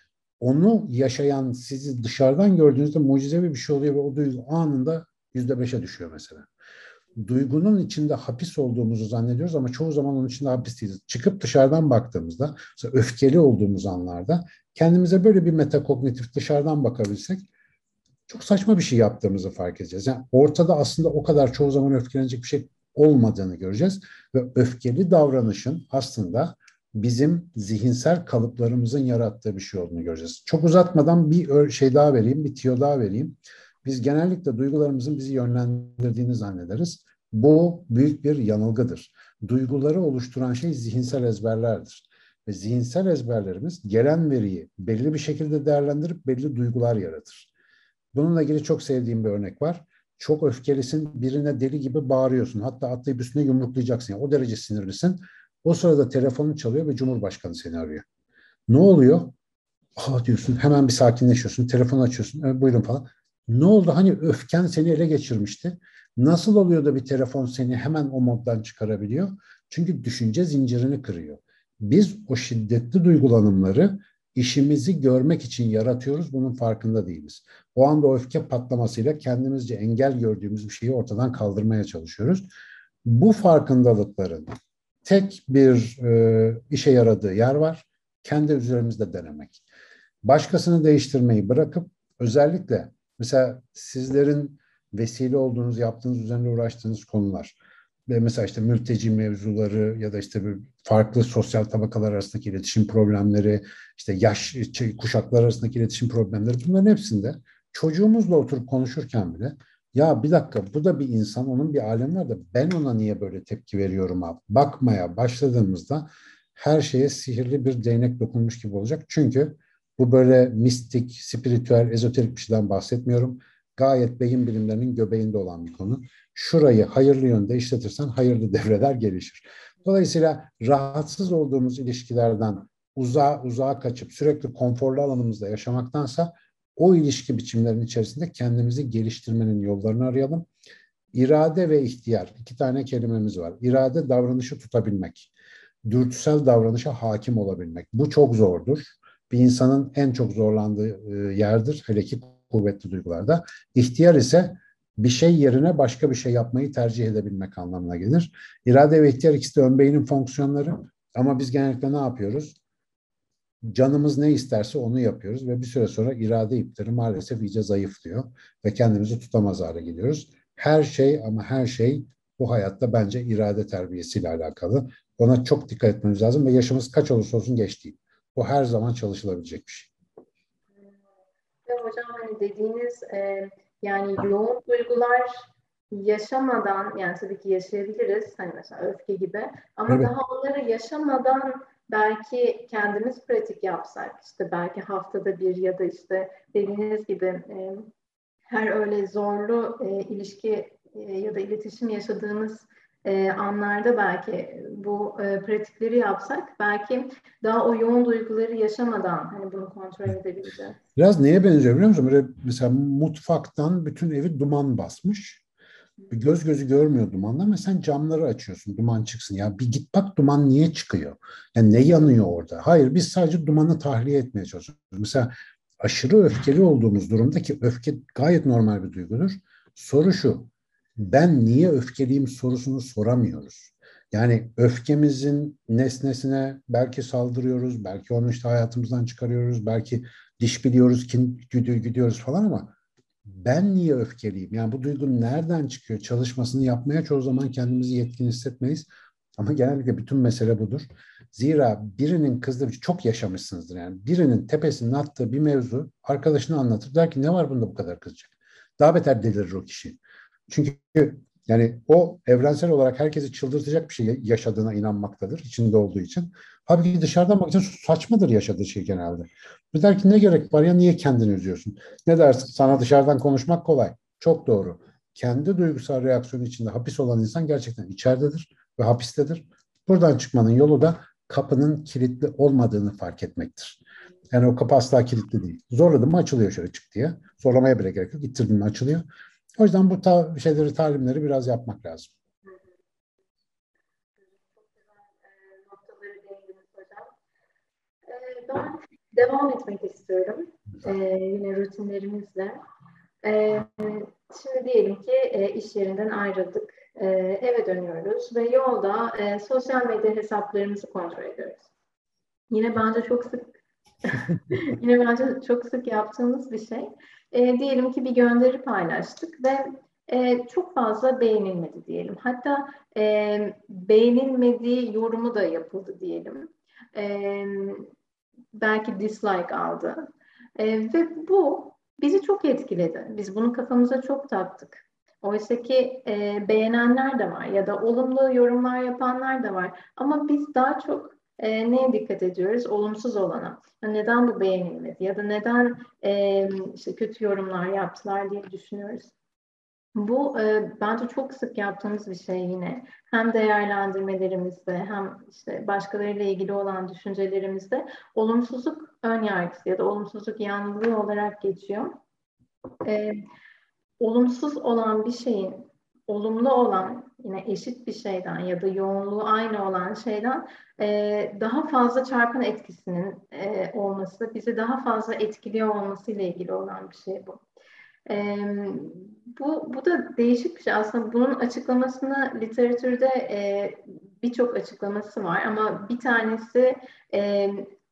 onu yaşayan sizi dışarıdan gördüğünüzde mucizevi bir şey oluyor ve o duygu anında %5'e düşüyor mesela. Duygunun içinde hapis olduğumuzu zannediyoruz ama çoğu zaman onun içinde hapis değiliz. Çıkıp dışarıdan baktığımızda, mesela öfkeli olduğumuz anlarda kendimize böyle bir metakognitif dışarıdan bakabilsek çok saçma bir şey yaptığımızı fark edeceğiz. Yani ortada aslında o kadar çoğu zaman öfkelenecek bir şey olmadığını göreceğiz ve öfkeli davranışın aslında bizim zihinsel kalıplarımızın yarattığı bir şey olduğunu göreceğiz. Çok uzatmadan bir şey daha vereyim, bir tiyo daha vereyim. Biz genellikle duygularımızın bizi yönlendirdiğini zannederiz. Bu büyük bir yanılgıdır. Duyguları oluşturan şey zihinsel ezberlerdir. Ve zihinsel ezberlerimiz gelen veriyi belli bir şekilde değerlendirip belli duygular yaratır. Bununla ilgili çok sevdiğim bir örnek var. Çok öfkelisin, birine deli gibi bağırıyorsun. Hatta atlayıp üstüne yumruklayacaksın. Yani o derece sinirlisin. O sırada telefonun çalıyor ve Cumhurbaşkanı seni arıyor. Ne oluyor? Aa diyorsun, hemen bir sakinleşiyorsun. Telefonu açıyorsun. Buyurun falan. Ne oldu? Hani öfken seni ele geçirmişti. Nasıl oluyor da bir telefon seni hemen o moddan çıkarabiliyor? Çünkü düşünce zincirini kırıyor. Biz o şiddetli duygulanımları işimizi görmek için yaratıyoruz. Bunun farkında değiliz. O anda o öfke patlamasıyla kendimizce engel gördüğümüz bir şeyi ortadan kaldırmaya çalışıyoruz. Bu farkındalıkların tek bir işe yaradığı yer var. kendi üzerimizde denemek. Başkasını değiştirmeyi bırakıp özellikle mesela sizlerin vesile olduğunuz, yaptığınız, üzerine uğraştığınız konular ve mesela işte mülteci mevzuları ya da işte farklı sosyal tabakalar arasındaki iletişim problemleri, işte kuşaklar arasındaki iletişim problemleri, bunların hepsinde çocuğumuzla oturup konuşurken bile ya bir dakika, bu da bir insan, onun bir alemi var da ben ona niye böyle tepki veriyorum abi? Bakmaya başladığımızda her şeye sihirli bir değnek dokunmuş gibi olacak. Çünkü bu böyle mistik, spiritüel, ezoterik bir şeyden bahsetmiyorum. Gayet beyin bilimlerinin göbeğinde olan bir konu. Şurayı hayırlı yönde işletirsen hayırlı devreler gelişir. Dolayısıyla rahatsız olduğumuz ilişkilerden uzağa kaçıp sürekli konforlu alanımızda yaşamaktansa o ilişki biçimlerinin içerisinde kendimizi geliştirmenin yollarını arayalım. İrade ve ihtiyar, iki tane kelimemiz var. İrade, davranışı tutabilmek. Dürtüsel davranışa hakim olabilmek. Bu çok zordur. Bir insanın en çok zorlandığı yerdir. Hele ki kuvvetli duygularda. İhtiyar ise bir şey yerine başka bir şey yapmayı tercih edebilmek anlamına gelir. İrade ve ihtiyar ikisi de ön beynin fonksiyonları. Ama biz genellikle ne yapıyoruz? Canımız ne isterse onu yapıyoruz ve bir süre sonra irade ipleri maalesef iyice zayıflıyor ve kendimizi tutamaz hale geliyoruz. Her şey ama her şey bu hayatta bence irade terbiyesiyle alakalı. Ona çok dikkat etmemiz lazım ve yaşımız kaç olursa olsun geç değil. Bu her zaman çalışılabilecek bir şey. Ve hocam hani dediğiniz yani yoğun duygular yaşamadan, yani tabii ki yaşayabiliriz hani mesela öfke gibi, ama Evet. daha onları yaşamadan belki kendimiz pratik yapsak, işte belki haftada bir ya da işte dediğiniz gibi her öyle zorlu ilişki ya da iletişim yaşadığımız anlarda belki bu pratikleri yapsak belki daha o yoğun duyguları yaşamadan hani bunu kontrol edebileceğiz. Biraz neye benziyor biliyor musun? Böyle mesela mutfaktan bütün evi duman basmış. Göz gözü görmüyor dumanla ama sen camları açıyorsun duman çıksın. Ya bir git bak duman niye çıkıyor? Yani ne yanıyor orada? Hayır, biz sadece dumanı tahliye etmeye çalışıyoruz. Mesela aşırı öfkeli olduğumuz durumda, ki öfke gayet normal bir duygudur. Soru şu: ben niye öfkeliyim sorusunu soramıyoruz. Yani öfkemizin nesnesine belki saldırıyoruz, belki onu işte hayatımızdan çıkarıyoruz, belki diş biliyoruz, kin gidiyoruz falan, ama ben niye öfkeliyim? Yani bu duygu nereden çıkıyor? Çalışmasını yapmaya çoğu zaman kendimizi yetkin hissetmeyiz. Ama genellikle bütün mesele budur. Zira birinin kızdığı bir şey, çok yaşamışsınızdır yani. Birinin tepesinin attığı bir mevzu arkadaşına anlatır. Der ki ne var bunda bu kadar kızacak? Daha beter delirir o kişi. Çünkü yani o evrensel olarak herkesi çıldırtacak bir şey yaşadığına inanmaktadır içinde olduğu için. Halbuki dışarıdan bakınca saçmadır yaşadığı şey genelde. Bir der ki ne gerek var ya, niye kendini üzüyorsun? Ne dersin? Sana dışarıdan konuşmak kolay. Çok doğru. Kendi duygusal reaksiyonu içinde hapis olan insan gerçekten içeridedir ve hapistedir. Buradan çıkmanın yolu da kapının kilitli olmadığını fark etmektir. Yani o kapı asla kilitli değil. Zorladım mı açılıyor şöyle çık diye. Zorlamaya bile gerek yok. İttirdim mi açılıyor. O yüzden bu şeyleri, talimleri biraz yapmak lazım. Çok güzel noktaları değindiniz hocam. Ben devam etmek istiyorum yine rutinlerimizle. E, Şimdi diyelim ki iş yerinden ayrıldık, eve dönüyoruz ve yolda sosyal medya hesaplarımızı kontrol ediyoruz. Yine bence çok sık yine bence çok sık yaptığımız bir şey. Diyelim ki bir gönderi paylaştık ve çok fazla beğenilmedi diyelim. Hatta beğenilmediği yorumu da yapıldı diyelim. E, Belki dislike aldı. Ve bu bizi çok etkiledi. Biz bunu kafamıza çok taktık. Oysa ki beğenenler de var ya da olumlu yorumlar yapanlar da var. Ama biz daha çok neye dikkat ediyoruz? Olumsuz olana. Neden bu beğenilmedi ya da neden işte kötü yorumlar yaptılar diye düşünüyoruz. Bu bence çok sık yaptığımız bir şey yine. Hem değerlendirmelerimizde hem işte başkalarıyla ilgili olan düşüncelerimizde olumsuzluk ön yargısı ya da olumsuzluk yanlılığı olarak geçiyor. E, Olumsuz olan bir şeyin olumlu olan yine eşit bir şeyden ya da yoğunluğu aynı olan şeyden daha fazla çarpan etkisinin olması, bizi daha fazla etkiliyor olmasıyla ilgili olan bir şey bu. Ee, bu da değişik bir şey. Aslında bunun açıklamasını literatürde birçok açıklaması var ama bir tanesi e,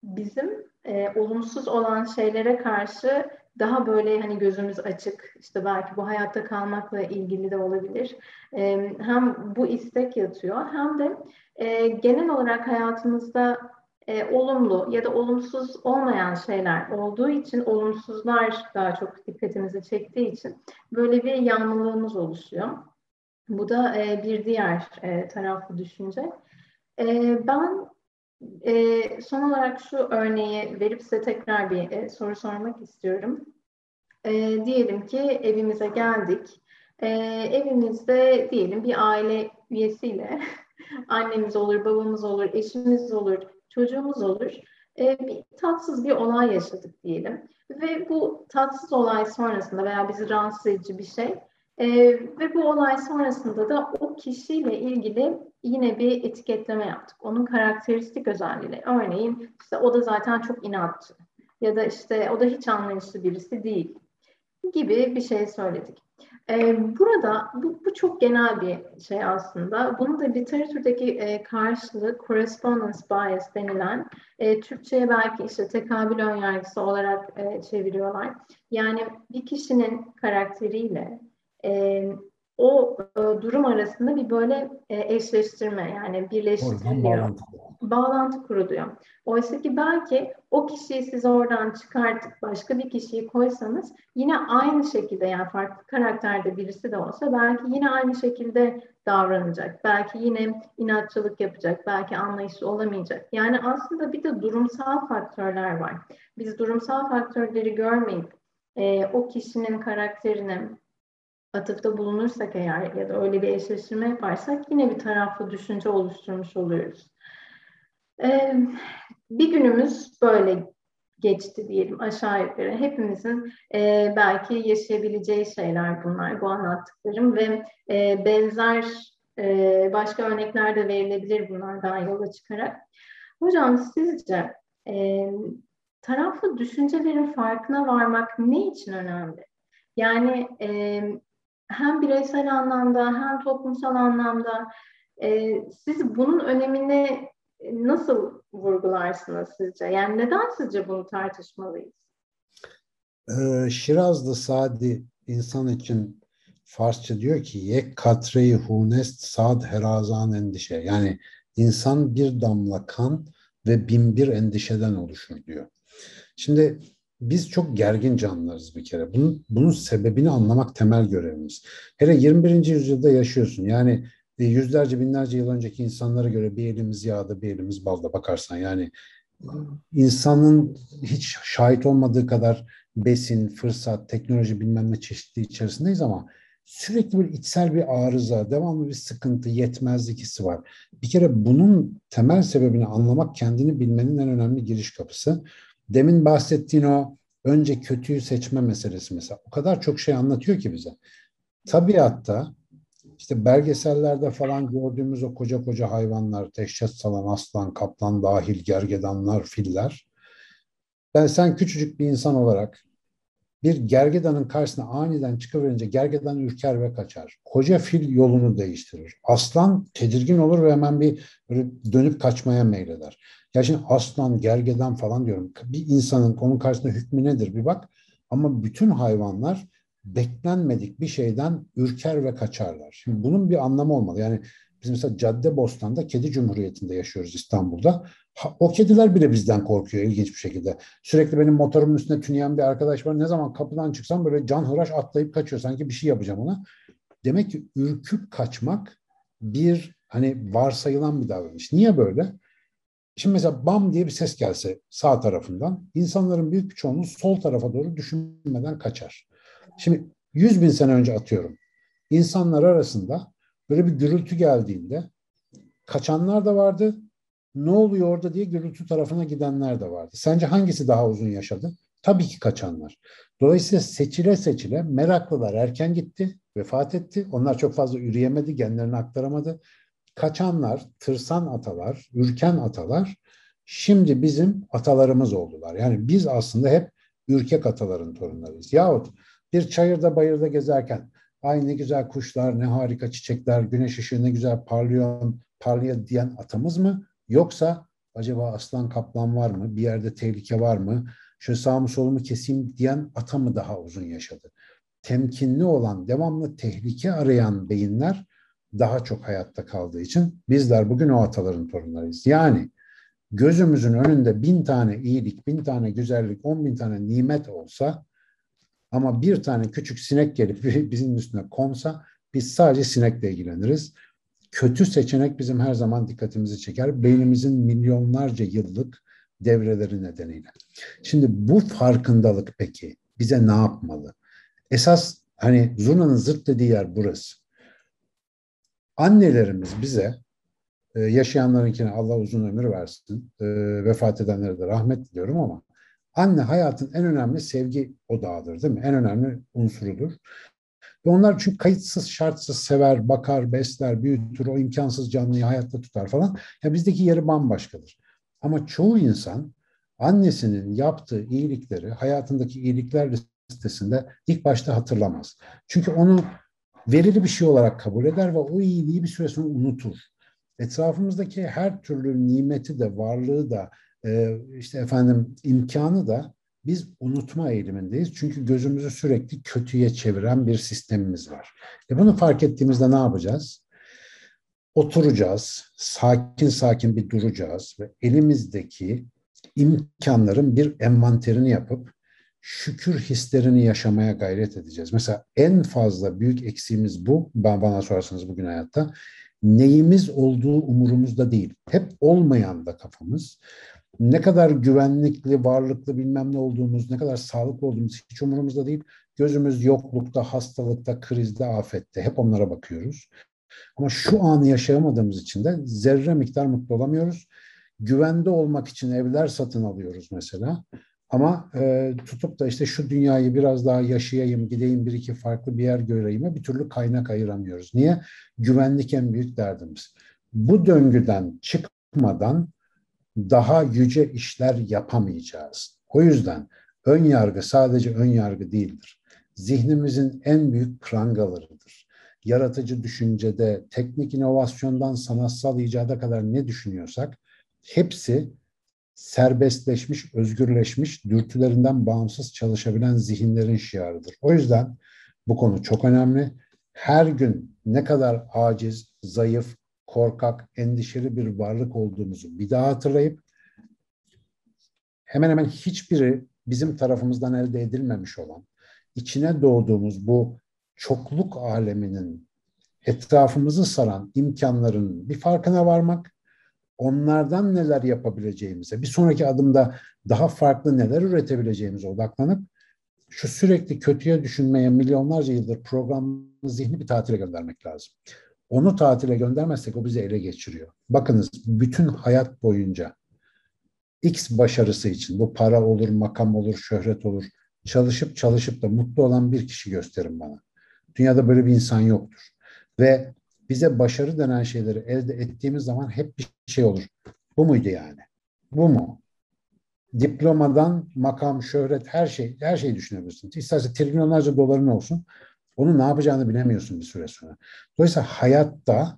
bizim olumsuz olan şeylere karşı daha böyle hani gözümüz açık, işte belki bu hayatta kalmakla ilgili de olabilir. Hem bu istek yatıyor hem de genel olarak hayatımızda olumlu ya da olumsuz olmayan şeyler olduğu için, olumsuzlar daha çok dikkatimizi çektiği için böyle bir yanlılığımız oluşuyor. Bu da bir diğer taraflı düşünce. Ben son olarak şu örneği verip size tekrar bir soru sormak istiyorum. Diyelim ki evimize geldik. Evimizde diyelim bir aile üyesiyle annemiz olur, babamız olur, eşimiz olur, çocuğumuz olur. Bir tatsız bir olay yaşadık diyelim. Ve bu tatsız olay sonrasında veya bizi rahatsız edici bir şey. Ve bu olay sonrasında da o kişiyle ilgili yine bir etiketleme yaptık. Onun karakteristik özelliğiyle. Örneğin işte o da zaten çok inatçı ya da işte o da hiç anlayışlı birisi değil gibi bir şey söyledik. Burada bu çok genel bir şey aslında. Bunun da literatürdeki karşılığı correspondence bias denilen Türkçe'ye belki işte tekabül önyargısı olarak çeviriyorlar. Yani bir kişinin karakteriyle e, o durum arasında bir böyle eşleştirme yani Oradan birleştiriliyor. bağlantı. Bağlantı kuruluyor. Oysa ki belki o kişiyi siz oradan çıkartıp başka bir kişiyi koysanız yine aynı şekilde yani farklı karakterde birisi de olsa belki yine aynı şekilde davranacak. Belki yine inatçılık yapacak. Belki anlayışlı olamayacak. Yani aslında bir de durumsal faktörler var. Biz durumsal faktörleri görmeyip o kişinin karakterini atıfta bulunursak eğer ya da öyle bir eşleştirme yaparsak yine bir taraflı düşünce oluşturmuş oluyoruz. Bir günümüz böyle geçti diyelim aşağı yukarı. Hepimizin belki yaşayabileceği şeyler bunlar, bu anlattıklarım ve benzer başka örnekler de verilebilir bunlardan yola çıkarak. Hocam sizce taraflı düşüncelerin farkına varmak ne için önemli? Yani hem bireysel anlamda hem toplumsal anlamda siz bunun önemini nasıl vurgularsınız sizce? Yani neden sizce bunu tartışmalıyız? Şirazlı Sadi insan için Farsça diyor ki yek katreyi hunest sad herazan endişe. Yani insan bir damla kan ve bin bir endişeden oluşur diyor. Şimdi biz çok gergin canlılarız bir kere. Bunun sebebini anlamak temel görevimiz. Hele 21. yüzyılda yaşıyorsun. Yani yüzlerce binlerce yıl önceki insanlara göre bir elimiz yağda bir elimiz balda bakarsan yani insanın hiç şahit olmadığı kadar besin, fırsat, teknoloji bilmem ne çeşitliği içerisindeyiz ama sürekli bir içsel bir arıza, devamlı bir sıkıntı, yetmezlik hissi var. Bir kere bunun temel sebebini anlamak kendini bilmenin en önemli giriş kapısı. Demin bahsettiğin o önce kötüyü seçme meselesi mesela o kadar çok şey anlatıyor ki bize. Tabiatta işte belgesellerde falan gördüğümüz o koca koca hayvanlar, dehşet salan aslan, kaplan dahil, gergedanlar, filler. Sen küçücük bir insan olarak bir gergedanın karşısına aniden çıkıverince gergedan ürker ve kaçar. Koca fil yolunu değiştirir. Aslan tedirgin olur ve hemen bir böyle dönüp kaçmaya meyleder. Ya şimdi aslan, gergedan falan diyorum. Bir insanın onun karşısında hükmü nedir bir bak. Ama bütün hayvanlar beklenmedik bir şeyden ürker ve kaçarlar. Şimdi bunun bir anlamı olmalı. Yani biz mesela Caddebostan'da Kedi Cumhuriyeti'nde yaşıyoruz İstanbul'da. O kediler bile bizden korkuyor ilginç bir şekilde. Sürekli benim motorumun üstüne tüneyen bir arkadaş var. Ne zaman kapıdan çıksam böyle canhıraş atlayıp kaçıyor. Sanki bir şey yapacağım ona. Demek ki ürküp kaçmak bir hani varsayılan bir davranış. Niye böyle? Şimdi mesela bam diye bir ses gelse sağ tarafından insanların büyük bir çoğunluğu sol tarafa doğru düşünmeden kaçar. Şimdi 100 bin sene önce atıyorum. İnsanlar arasında böyle bir gürültü geldiğinde kaçanlar da vardı. Ne oluyor orada diye gürültü tarafına gidenler de vardı. Sence hangisi daha uzun yaşadı? Tabii ki kaçanlar. Dolayısıyla seçile seçile meraklılar erken gitti, vefat etti. Onlar çok fazla üreyemedi, genlerini aktaramadı. Kaçanlar, tırsan atalar, ürken atalar şimdi bizim atalarımız oldular. Yani biz aslında hep ürkek ataların torunlarıyız. Yahut bir çayırda bayırda gezerken ay ne güzel kuşlar, ne harika çiçekler, güneş ışığı ne güzel parlıyor, parlıyor diyen atamız mı? Yoksa acaba aslan kaplan var mı? Bir yerde tehlike var mı? Şöyle sağımı solumu keseyim diyen ata mı daha uzun yaşadı? Temkinli olan, devamlı tehlike arayan beyinler daha çok hayatta kaldığı için bizler bugün o ataların torunlarıyız. Yani gözümüzün önünde 1.000 tane iyilik, 1.000 tane güzellik, 10.000 tane nimet olsa ama bir tane küçük sinek gelip bizim üstüne konsa biz sadece sinekle ilgileniriz. Kötü seçenek bizim her zaman dikkatimizi çeker. Beynimizin milyonlarca yıllık devreleri nedeniyle. Şimdi bu farkındalık peki bize ne yapmalı? Esas hani zurnanın zırt dediği yer burası. Annelerimiz bize yaşayanlarınkine Allah uzun ömür versin. Vefat edenlere de rahmet diliyorum ama anne hayatın en önemli sevgi odağıdır değil mi? En önemli unsurudur. Ve onlar çünkü kayıtsız şartsız sever, bakar, besler, büyütür, o imkansız canlıyı hayatta tutar falan. Ya bizdeki yeri bambaşkadır. Ama çoğu insan annesinin yaptığı iyilikleri hayatındaki iyilikler listesinde ilk başta hatırlamaz. Çünkü onu verili bir şey olarak kabul eder ve o iyiliği bir süre sonra unutur. Etrafımızdaki her türlü nimeti de, varlığı da, işte efendim imkanı da biz unutma eğilimindeyiz. Çünkü gözümüzü sürekli kötüye çeviren bir sistemimiz var. Bunu fark ettiğimizde ne yapacağız? Oturacağız, sakin sakin bir duracağız ve elimizdeki imkanların bir envanterini yapıp şükür hislerini yaşamaya gayret edeceğiz. Mesela en fazla büyük eksiğimiz bu. Bana sorarsanız bugün hayatta neyimiz olduğu umurumuzda değil. Hep olmayan da kafamız. Ne kadar güvenlikli, varlıklı bilmem ne olduğumuz, ne kadar sağlıklı olduğumuz hiç umurumuzda değil. Gözümüz yoklukta, hastalıkta, krizde, afette. Hep onlara bakıyoruz. Ama şu anı yaşayamadığımız için de zerre miktar mutlu olamıyoruz. Güvende olmak için evler satın alıyoruz mesela. Ama tutup da işte şu dünyayı biraz daha yaşayayım, gideyim bir iki farklı bir yer göreyim bir türlü kaynak ayıramıyoruz. Niye? Güvenlik en büyük derdimiz. Bu döngüden çıkmadan daha yüce işler yapamayacağız. O yüzden ön yargı sadece ön yargı değildir. Zihnimizin en büyük prangalarıdır. Yaratıcı düşüncede, teknik inovasyondan sanatsal icada kadar ne düşünüyorsak hepsi serbestleşmiş, özgürleşmiş, dürtülerinden bağımsız çalışabilen zihinlerin şiarıdır. O yüzden bu konu çok önemli. Her gün ne kadar aciz, zayıf, korkak, endişeli bir varlık olduğumuzu bir daha hatırlayıp hemen hemen hiçbiri bizim tarafımızdan elde edilmemiş olan, içine doğduğumuz bu çokluk aleminin etrafımızı saran imkanların bir farkına varmak, onlardan neler yapabileceğimize, bir sonraki adımda daha farklı neler üretebileceğimize odaklanıp şu sürekli kötüye düşünmeye milyonlarca yıldır programlı zihni bir tatile göndermek lazım. Onu tatile göndermezsek o bizi ele geçiriyor. Bakınız bütün hayat boyunca X başarısı için bu para olur, makam olur, şöhret olur. Çalışıp çalışıp da mutlu olan bir kişi gösterin bana. Dünyada böyle bir insan yoktur. Ve bize başarı denen şeyleri elde ettiğimiz zaman hep bir şey olur. Bu muydu yani? Bu mu? Diplomadan makam, şöhret her şeyi düşünebilirsin. İsterse trilyonlarca doların olsun. Onu ne yapacağını bilemiyorsun bir süre sonra. Dolayısıyla hayatta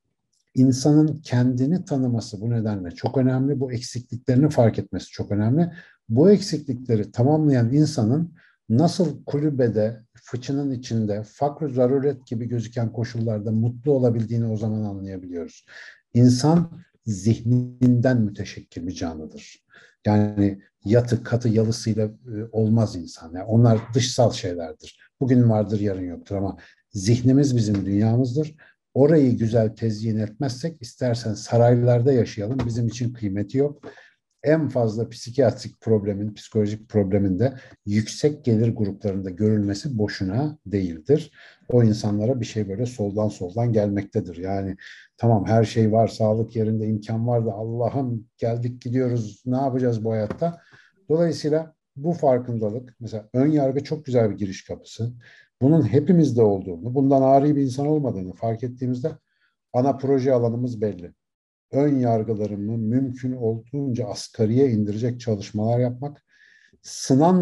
insanın kendini tanıması bu nedenle çok önemli. Bu eksikliklerini fark etmesi çok önemli. Bu eksiklikleri tamamlayan insanın nasıl kulübede, fıçının içinde, fakr zaruret gibi gözüken koşullarda mutlu olabildiğini o zaman anlayabiliyoruz. İnsan zihninden müteşekkil bir canlıdır. Yani yatı, katı, yalısıyla olmaz insan. Yani onlar dışsal şeylerdir. Bugün vardır, yarın yoktur ama zihnimiz bizim dünyamızdır. Orayı güzel tezyin etmezsek istersen saraylarda yaşayalım bizim için kıymeti yok. En fazla psikiyatrik problemin, psikolojik problemin de yüksek gelir gruplarında görülmesi boşuna değildir. O insanlara bir şey böyle soldan gelmektedir. Yani tamam her şey var, sağlık yerinde, imkan var da Allah'ım geldik gidiyoruz ne yapacağız bu hayatta? Dolayısıyla bu farkındalık, mesela ön yargı çok güzel bir giriş kapısı. Bunun hepimizde olduğunu, bundan ari bir insan olmadığını fark ettiğimizde ana proje alanımız belli. Ön yargılarımı mümkün olduğunca asgariye indirecek çalışmalar yapmak.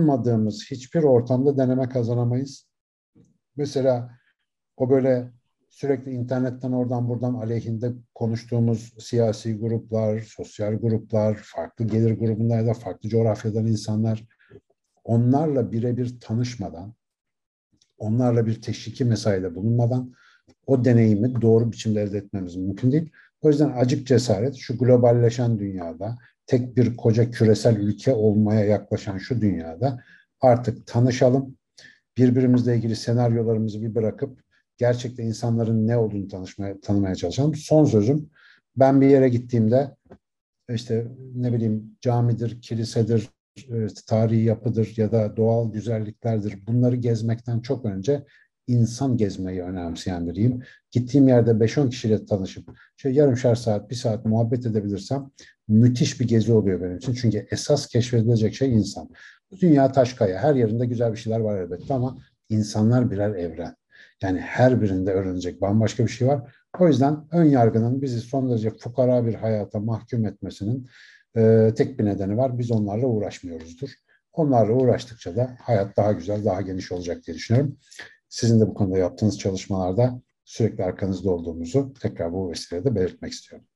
Sınanmadığımız hiçbir ortamda deneme kazanamayız. Mesela o böyle sürekli internetten oradan buradan aleyhinde konuştuğumuz siyasi gruplar, sosyal gruplar, farklı gelir grubunda ya da farklı coğrafyadan insanlar, onlarla birebir tanışmadan, onlarla bir teşviki mesaide bulunmadan o deneyimi doğru biçimde elde etmemiz mümkün değil. O yüzden acık cesaret şu globalleşen dünyada, tek bir koca küresel ülke olmaya yaklaşan şu dünyada artık tanışalım. Birbirimizle ilgili senaryolarımızı bir bırakıp gerçekten insanların ne olduğunu tanımaya çalışalım. Son sözüm, ben bir yere gittiğimde işte ne bileyim camidir, kilisedir, tarihi yapıdır ya da doğal güzelliklerdir. Bunları gezmekten çok önce insan gezmeyi önemseyen biriyim. Gittiğim yerde 5-10 kişiyle tanışıp şöyle yarımşar saat, bir saat muhabbet edebilirsem müthiş bir gezi oluyor benim için. Çünkü esas keşfedilecek şey insan. Bu dünya taş kaya. Her yerinde güzel bir şeyler var elbette ama insanlar birer evren. Yani her birinde öğrenecek bambaşka bir şey var. O yüzden ön yargının bizi son derece fukara bir hayata mahkum etmesinin tek bir nedeni var. Biz onlarla uğraşmıyoruzdur. Onlarla uğraştıkça da hayat daha güzel, daha geniş olacak diye düşünüyorum. Sizin de bu konuda yaptığınız çalışmalarda sürekli arkanızda olduğumuzu tekrar bu vesileyle belirtmek istiyorum.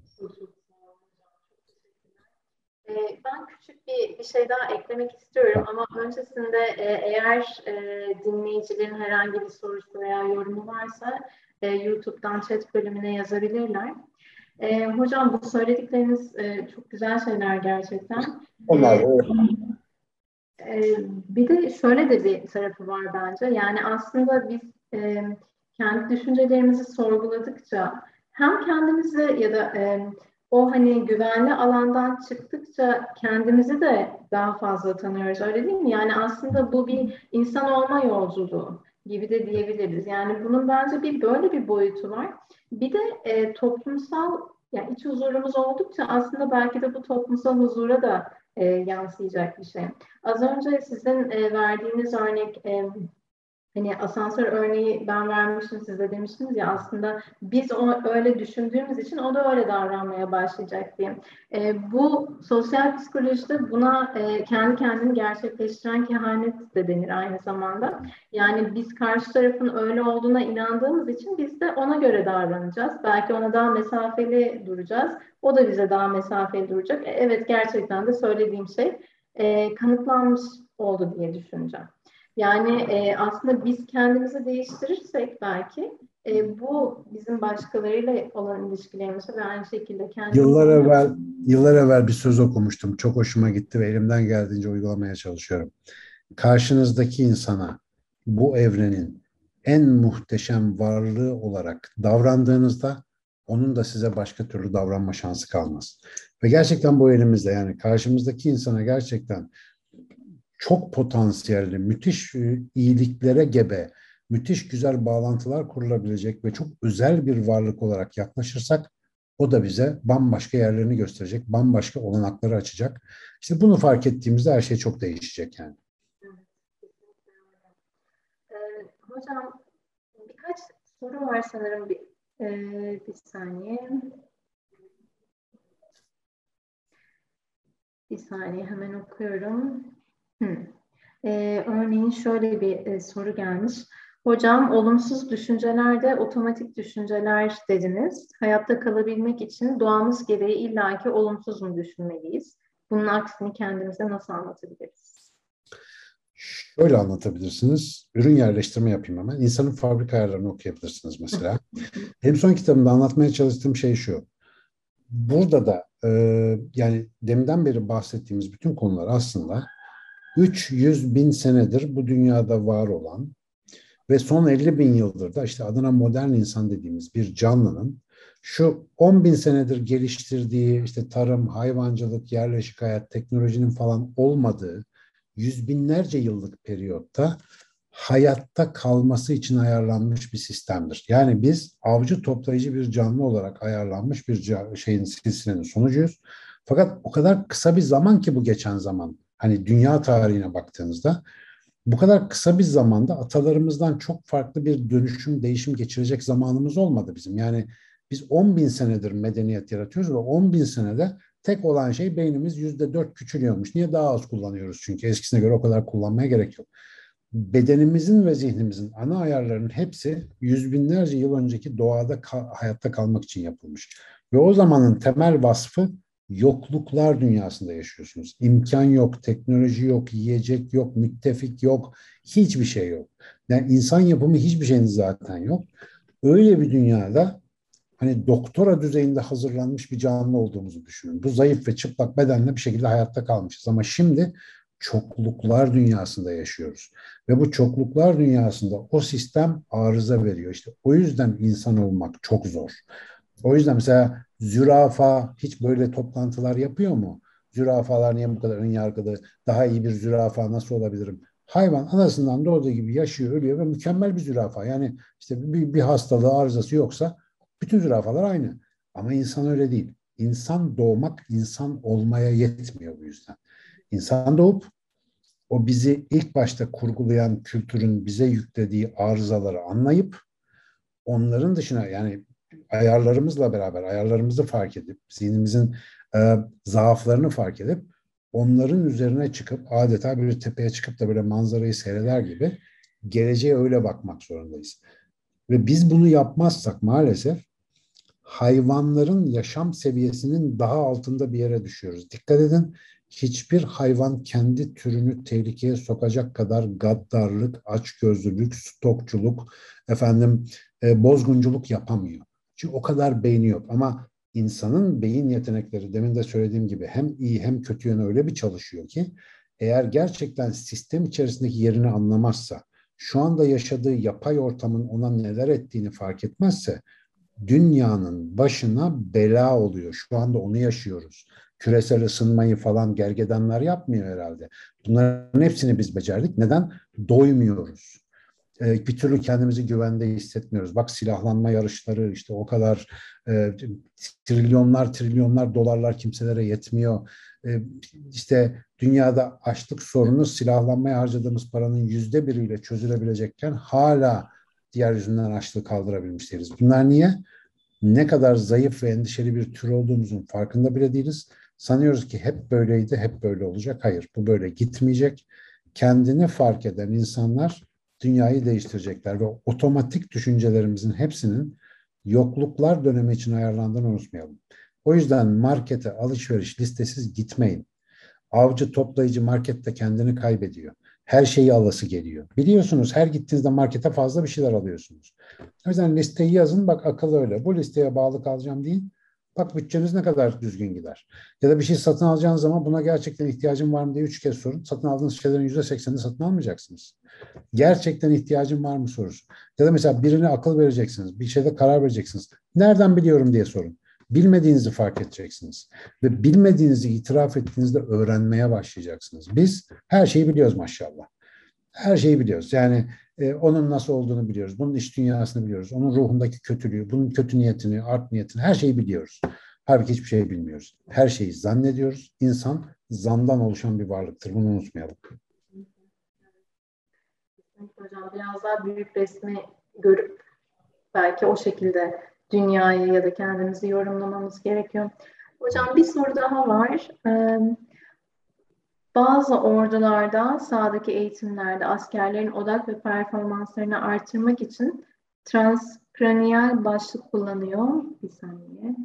Ben küçük bir şey daha eklemek istiyorum ama öncesinde eğer dinleyicilerin herhangi bir sorusu veya yorumu varsa YouTube'dan chat bölümüne yazabilirler. Hocam bu söyledikleriniz çok güzel şeyler gerçekten. Onlar Bir de şöyle de bir tarafı var bence. Yani aslında biz kendi düşüncelerimizi sorguladıkça hem kendimizi ya da o hani güvenli alandan çıktıkça kendimizi de daha fazla tanıyoruz. Öyle değil mi? Yani aslında bu bir insan olma yolculuğu gibi de diyebiliriz. Yani bunun bence bir böyle bir boyutu var. Bir de toplumsal yani iç huzurumuz oldukça aslında belki de bu toplumsal huzura da yansıyacak bir şey. Az önce sizin verdiğiniz örnek hani asansör örneği ben vermiştim siz de demiştiniz ya aslında biz öyle düşündüğümüz için o da öyle davranmaya başlayacak diye. Bu sosyal psikolojide buna kendi kendini gerçekleştiren kehanet de denir aynı zamanda. Yani biz karşı tarafın öyle olduğuna inandığımız için biz de ona göre davranacağız. Belki ona daha mesafeli duracağız. O da bize daha mesafeli duracak. Evet gerçekten de söylediğim şey kanıtlanmış oldu diye düşüneceğim. Yani aslında biz kendimizi değiştirirsek belki bu bizim başkalarıyla olan ilişkilerimizi ve aynı şekilde kendimizi... Yıllar evvel bir söz okumuştum. Çok hoşuma gitti ve elimden geldiğince uygulamaya çalışıyorum. Karşınızdaki insana bu evrenin en muhteşem varlığı olarak davrandığınızda onun da size başka türlü davranma şansı kalmaz. Ve gerçekten bu elimizde, yani karşımızdaki insana gerçekten çok potansiyelli, müthiş iyiliklere gebe, müthiş güzel bağlantılar kurulabilecek ve çok özel bir varlık olarak yaklaşırsak o da bize bambaşka yerlerini gösterecek, bambaşka olanakları açacak. İşte bunu fark ettiğimizde her şey çok değişecek yani. Hocam birkaç soru var sanırım. Bir saniye. Bir saniye hemen okuyorum. Örneğin şöyle bir soru gelmiş. Hocam olumsuz düşünceler de otomatik düşünceler dediniz. Hayatta kalabilmek için doğamız gereği illaki olumsuz mu düşünmeliyiz? Bunun aksini kendimize nasıl anlatabiliriz? Şöyle anlatabilirsiniz. Ürün yerleştirme yapayım hemen. İnsanın fabrika ayarlarını okuyabilirsiniz mesela. Benim son kitabımda anlatmaya çalıştığım şey şu. Burada da yani deminden beri bahsettiğimiz bütün konular aslında 300 bin senedir bu dünyada var olan ve son 50 bin yıldır da işte adına modern insan dediğimiz bir canlının şu 10 bin senedir geliştirdiği işte tarım, hayvancılık, yerleşik hayat, teknolojinin falan olmadığı yüz binlerce yıllık periyotta hayatta kalması için ayarlanmış bir sistemdir. Yani biz avcı toplayıcı bir canlı olarak ayarlanmış bir silsilenin sonucuyuz. Fakat o kadar kısa bir zaman ki bu geçen zaman. Hani dünya tarihine baktığınızda bu kadar kısa bir zamanda atalarımızdan çok farklı bir dönüşüm, değişim geçirecek zamanımız olmadı bizim. Yani biz 10 bin senedir medeniyet yaratıyoruz ve 10 bin senede tek olan şey beynimiz %4 küçülüyormuş. Niye? Daha az kullanıyoruz çünkü eskisine göre o kadar kullanmaya gerek yok. bedenimizin ve zihnimizin ana ayarlarının hepsi yüz binlerce yıl önceki doğada hayatta kalmak için yapılmış. Ve o zamanın temel vasfı yokluklar dünyasında yaşıyorsunuz. İmkan yok, teknoloji yok, yiyecek yok, müttefik yok, hiçbir şey yok. Yani insan yapımı hiçbir şeyiniz zaten yok. Öyle bir dünyada hani doktora düzeyinde hazırlanmış bir canlı olduğumuzu düşünün. Bu zayıf ve çıplak bedenle bir şekilde hayatta kalmışız. Ama şimdi çokluklar dünyasında yaşıyoruz. Ve bu çokluklar dünyasında o sistem arıza veriyor. İşte o yüzden insan olmak çok zor. O yüzden mesela zürafa hiç böyle toplantılar yapıyor mu? Zürafalar niye bu kadar ön yargılı? Daha iyi bir zürafa nasıl olabilirim? Hayvan anasından doğduğu gibi yaşıyor, ölüyor ve mükemmel bir zürafa. Yani işte bir hastalığı, arızası yoksa bütün zürafalar aynı. Ama insan öyle değil. İnsan doğmak, insan olmaya yetmiyor bu yüzden. İnsan doğup o bizi ilk başta kurgulayan kültürün bize yüklediği arızaları anlayıp onların dışına yani ayarlarımızla beraber ayarlarımızı fark edip zihnimizin zaaflarını fark edip onların üzerine çıkıp adeta bir tepeye çıkıp da böyle manzarayı seyreder gibi geleceğe öyle bakmak zorundayız. Ve biz bunu yapmazsak maalesef hayvanların yaşam seviyesinin daha altında bir yere düşüyoruz. Dikkat edin, hiçbir hayvan kendi türünü tehlikeye sokacak kadar gaddarlık, açgözlülük, stokçuluk, bozgunculuk yapamıyor. Çünkü o kadar beyni yok. Ama insanın beyin yetenekleri demin de söylediğim gibi hem iyi hem kötü yöne öyle bir çalışıyor ki eğer gerçekten sistem içerisindeki yerini anlamazsa, şu anda yaşadığı yapay ortamın ona neler ettiğini fark etmezse dünyanın başına bela oluyor. Şu anda onu yaşıyoruz. Küresel ısınmayı falan gergedanlar yapmıyor herhalde. Bunların hepsini biz becerdik. Neden? Doymuyoruz. Bir türlü kendimizi güvende hissetmiyoruz. Bak silahlanma yarışları işte o kadar trilyonlar trilyonlar dolarlar kimselere yetmiyor. İşte dünyada açlık sorunu silahlanmaya harcadığımız paranın %1'iyle çözülebilecekken hala diğer yüzünden açlığı kaldırabilmiş değiliz. Bunlar niye? Ne kadar zayıf ve endişeli bir tür olduğumuzun farkında bile değiliz. Sanıyoruz ki hep böyleydi, hep böyle olacak. Hayır, bu böyle gitmeyecek. Kendini fark eden insanlar dünyayı değiştirecekler ve otomatik düşüncelerimizin hepsinin yokluklar dönemi için ayarlandığını unutmayalım. O yüzden markete alışveriş listesiz gitmeyin. Avcı toplayıcı markette kendini kaybediyor. Her şeyi alası geliyor. Biliyorsunuz her gittiğinizde markete fazla bir şeyler alıyorsunuz. O yüzden listeyi yazın, bak akıl öyle. Bu listeye bağlı kalacağım deyin. Bak bütçeniz ne kadar düzgün gider. Ya da bir şey satın alacağınız zaman buna gerçekten ihtiyacım var mı diye 3 kez sorun. Satın aldığınız şeylerin %80'ini satın almayacaksınız. Gerçekten ihtiyacım var mı sorusu. Ya da mesela birine akıl vereceksiniz. Bir şeyde karar vereceksiniz. Nereden biliyorum diye sorun. Bilmediğinizi fark edeceksiniz. Ve bilmediğinizi itiraf ettiğinizde öğrenmeye başlayacaksınız. Biz her şeyi biliyoruz maşallah. Her şeyi biliyoruz. Yani onun nasıl olduğunu biliyoruz. Bunun iç dünyasını biliyoruz. Onun ruhundaki kötülüğü, bunun kötü niyetini, art niyetini her şeyi biliyoruz. Halbuki hiçbir şey bilmiyoruz. Her şeyi zannediyoruz. İnsan zandan oluşan bir varlıktır. Bunu unutmayalım. Hocam biraz daha büyük resmi görüp belki o şekilde dünyayı ya da kendimizi yorumlamamız gerekiyor. Hocam bir soru daha var. Bazı ordularda, sahadaki eğitimlerde askerlerin odak ve performanslarını artırmak için transkraniyal başlık kullanıyor. Bir saniye.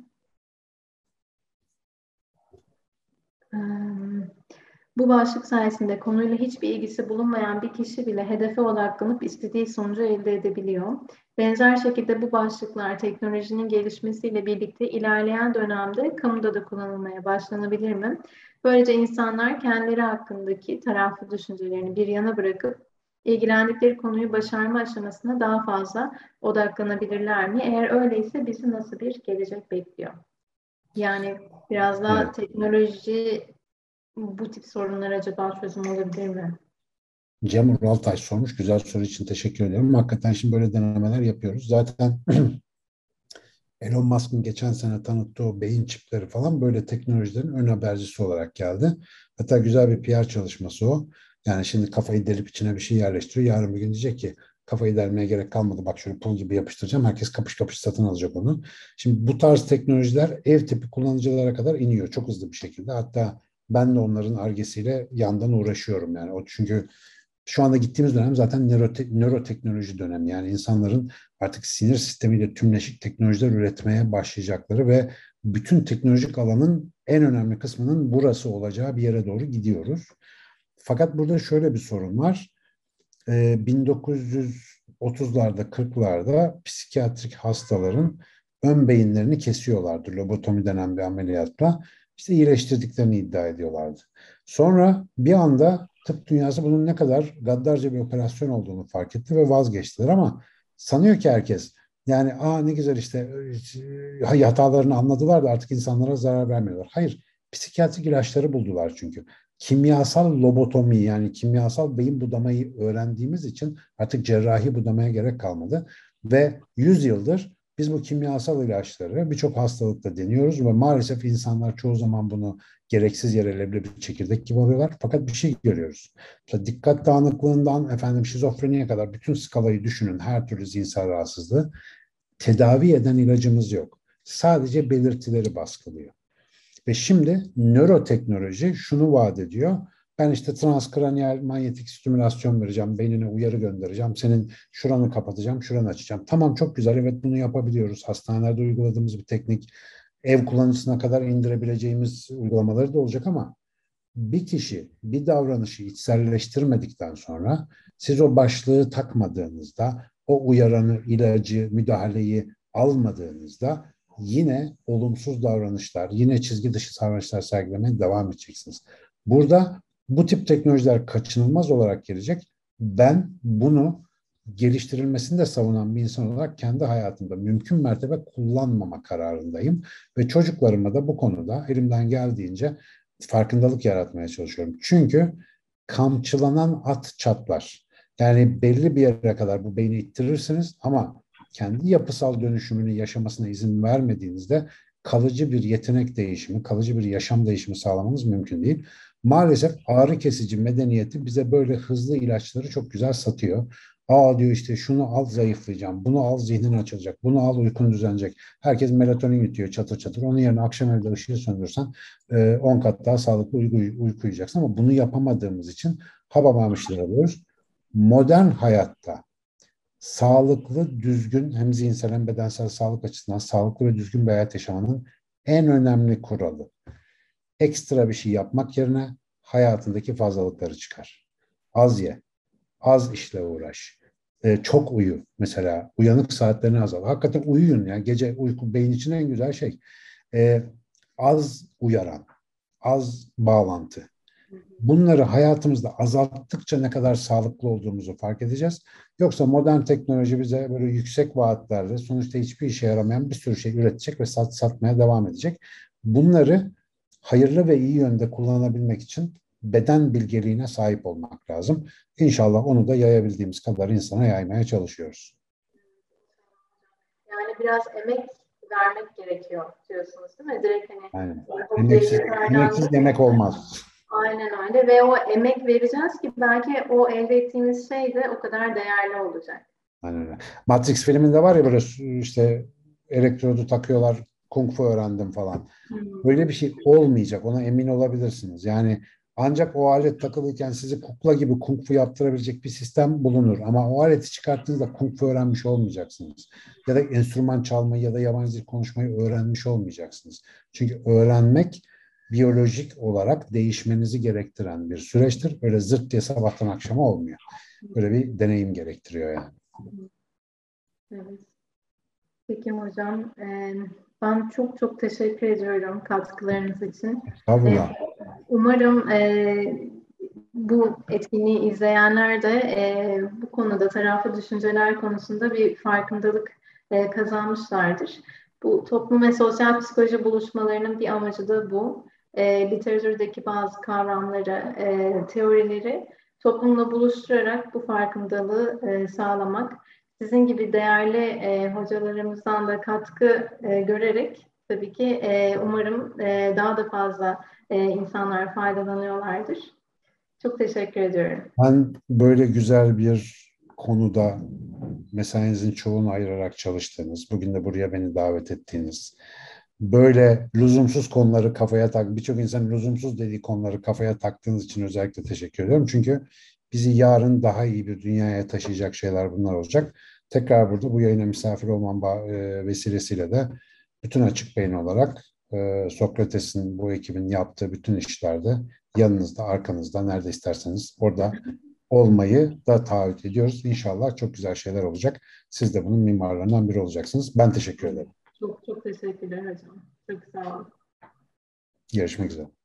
Bu başlık sayesinde konuyla hiçbir ilgisi bulunmayan bir kişi bile hedefe odaklanıp istediği sonucu elde edebiliyor. Benzer şekilde bu başlıklar teknolojinin gelişmesiyle birlikte ilerleyen dönemde kamuda da kullanılmaya başlanabilir mi? Böylece insanlar kendileri hakkındaki taraflı düşüncelerini bir yana bırakıp ilgilendikleri konuyu başarma aşamasına daha fazla odaklanabilirler mi? Eğer öyleyse bizi nasıl bir gelecek bekliyor? Yani biraz daha Evet. teknoloji bu tip sorunlar acaba çözüm olabilir mi? Cem Uraltaş sormuş. Güzel soru için teşekkür ederim. Hakikaten şimdi böyle denemeler yapıyoruz. Zaten Elon Musk'ın geçen sene tanıttığı o beyin çipleri falan böyle teknolojilerin ön habercisi olarak geldi. Hatta güzel bir PR çalışması o. Yani şimdi kafayı delip içine bir şey yerleştiriyor. Yarın bir gün diyecek ki kafayı delmeye gerek kalmadı. Bak şöyle pul gibi yapıştıracağım. Herkes kapış kapış satın alacak onu. Şimdi bu tarz teknolojiler ev tipi kullanıcılara kadar iniyor çok hızlı bir şekilde. Hatta ben de onların argesiyle yandan uğraşıyorum yani. O çünkü Şu anda gittiğimiz dönem zaten nöroteknoloji dönemi. Yani insanların artık sinir sistemiyle tümleşik teknolojiler üretmeye başlayacakları ve bütün teknolojik alanın en önemli kısmının burası olacağı bir yere doğru gidiyoruz. Fakat burada şöyle bir sorun var. 1930'larda, 40'larda psikiyatrik hastaların ön beyinlerini kesiyorlardı. Lobotomi denen bir ameliyatla. İşte iyileştirdiklerini iddia ediyorlardı. Sonra bir anda tıp dünyası bunun ne kadar gaddarca bir operasyon olduğunu fark etti ve vazgeçtiler ama sanıyor ki herkes yani ne güzel işte hatalarını anladılar da artık insanlara zarar vermiyorlar. Hayır, psikiyatrik ilaçları buldular çünkü. Kimyasal lobotomi yani kimyasal beyin budamayı öğrendiğimiz için artık cerrahi budamaya gerek kalmadı. Ve 100 yıldır biz bu kimyasal ilaçları birçok hastalıkta deniyoruz ve maalesef insanlar çoğu zaman bunu gereksiz yere leblebi çekirdek gibi alıyorlar. Fakat bir şey görüyoruz. Mesela dikkat dağınıklığından şizofreniye kadar bütün skalayı düşünün, her türlü zihinsel rahatsızlığı tedavi eden ilacımız yok. Sadece belirtileri baskılıyor. Ve şimdi nöroteknoloji şunu vaat ediyor. Ben işte transkraniyal manyetik stimülasyon vereceğim, beynine uyarı göndereceğim, senin şuranı kapatacağım, şuranı açacağım. Tamam, çok güzel, evet bunu yapabiliyoruz. Hastanelerde uyguladığımız bir teknik, ev kullanıcısına kadar indirebileceğimiz uygulamaları da olacak ama bir kişi bir davranışı içselleştirmedikten sonra siz o başlığı takmadığınızda, o uyaranı, ilacı, müdahaleyi almadığınızda yine olumsuz davranışlar, yine çizgi dışı davranışlar sergilemeye devam edeceksiniz. Burada bu tip teknolojiler kaçınılmaz olarak gelecek. Ben bunu geliştirilmesini de savunan bir insan olarak kendi hayatımda mümkün mertebe kullanmama kararındayım ve çocuklarıma da bu konuda elimden geldiğince farkındalık yaratmaya çalışıyorum. Çünkü kamçılanan at çatlar. Yani belli bir yere kadar bu beyni ittirirsiniz ama kendi yapısal dönüşümünü yaşamasına izin vermediğinizde kalıcı bir yetenek değişimi, kalıcı bir yaşam değişimi sağlamanız mümkün değil. Maalesef ağrı kesici medeniyeti bize böyle hızlı ilaçları çok güzel satıyor. Diyor işte şunu al zayıflayacağım, bunu al zihnin açılacak, bunu al uykun düzenecek. Herkes melatonin yutuyor çatır çatır. Onun yerine akşam evde ışığı söndürsen 10 kat daha sağlıklı uyku uyuyacaksın ama bunu yapamadığımız için habamamışlar alıyoruz. Modern hayatta sağlıklı, düzgün hem zihinsel hem bedensel sağlık açısından sağlıklı ve düzgün bir hayat yaşamanın en önemli kuralı. Ekstra bir şey yapmak yerine hayatındaki fazlalıkları çıkar. Az ye, az işle uğraş. Çok uyu mesela. Uyanık saatlerini azalt. Hakikaten uyuyun ya. Gece uyku beyin için en güzel şey. Az uyaran, az bağlantı. Bunları hayatımızda azalttıkça ne kadar sağlıklı olduğumuzu fark edeceğiz. Yoksa modern teknoloji bize böyle yüksek vaatlerle sonuçta hiçbir işe yaramayan bir sürü şey üretecek ve satmaya devam edecek. Bunları hayırlı ve iyi yönde kullanabilmek için beden bilgeliğine sahip olmak lazım. İnşallah onu da yayabildiğimiz kadar insana yaymaya çalışıyoruz. Yani biraz emek vermek gerekiyor diyorsunuz değil mi? Direkt hani Aynen. o Emeksiz yemek olmaz. Aynen öyle ve o emek vereceğiz ki belki o elde ettiğimiz şey de o kadar değerli olacak. Aynen öyle. Matrix filminde var ya böyle işte elektrodu takıyorlar, kung fu öğrendim falan. Böyle bir şey olmayacak. Ona emin olabilirsiniz. Yani ancak o alet takılıyken sizi kukla gibi kung fu yaptırabilecek bir sistem bulunur. Ama o aleti çıkarttığınızda kung fu öğrenmiş olmayacaksınız. Ya da enstrüman çalmayı ya da yabancı dil konuşmayı öğrenmiş olmayacaksınız. Çünkü öğrenmek biyolojik olarak değişmenizi gerektiren bir süreçtir. Öyle zırt diye sabahtan akşama olmuyor. Böyle bir deneyim gerektiriyor yani. Evet. Peki hocam, ben çok çok teşekkür ediyorum katkılarınız için. Estağfurullah. Umarım bu etkinliği izleyenler de bu konuda taraflı düşünceler konusunda bir farkındalık kazanmışlardır. Bu toplum ve sosyal psikoloji buluşmalarının bir amacı da bu. Literatürdeki bazı kavramları, teorileri toplumla buluşturarak bu farkındalığı sağlamak. Sizin gibi değerli hocalarımızdan da katkı görerek tabii ki umarım daha da fazla insanlar faydalanıyorlardır. Çok teşekkür ediyorum. Ben böyle güzel bir konuda mesainizin çoğunu ayırarak çalıştığınız, bugün de buraya beni davet ettiğiniz, böyle lüzumsuz konuları kafaya birçok insan lüzumsuz dediği konuları kafaya taktığınız için özellikle teşekkür ediyorum. Çünkü bizi yarın daha iyi bir dünyaya taşıyacak şeyler bunlar olacak. Tekrar burada bu yayına misafir olmam vesilesiyle de bütün Açık Beyin olarak Sokrates'in, bu ekibin yaptığı bütün işlerde yanınızda, arkanızda, nerede isterseniz orada olmayı da taahhüt ediyoruz. İnşallah çok güzel şeyler olacak. Siz de bunun mimarlarından biri olacaksınız. Ben teşekkür ederim. Çok çok teşekkürler hocam. Çok sağ olun. Görüşmek üzere.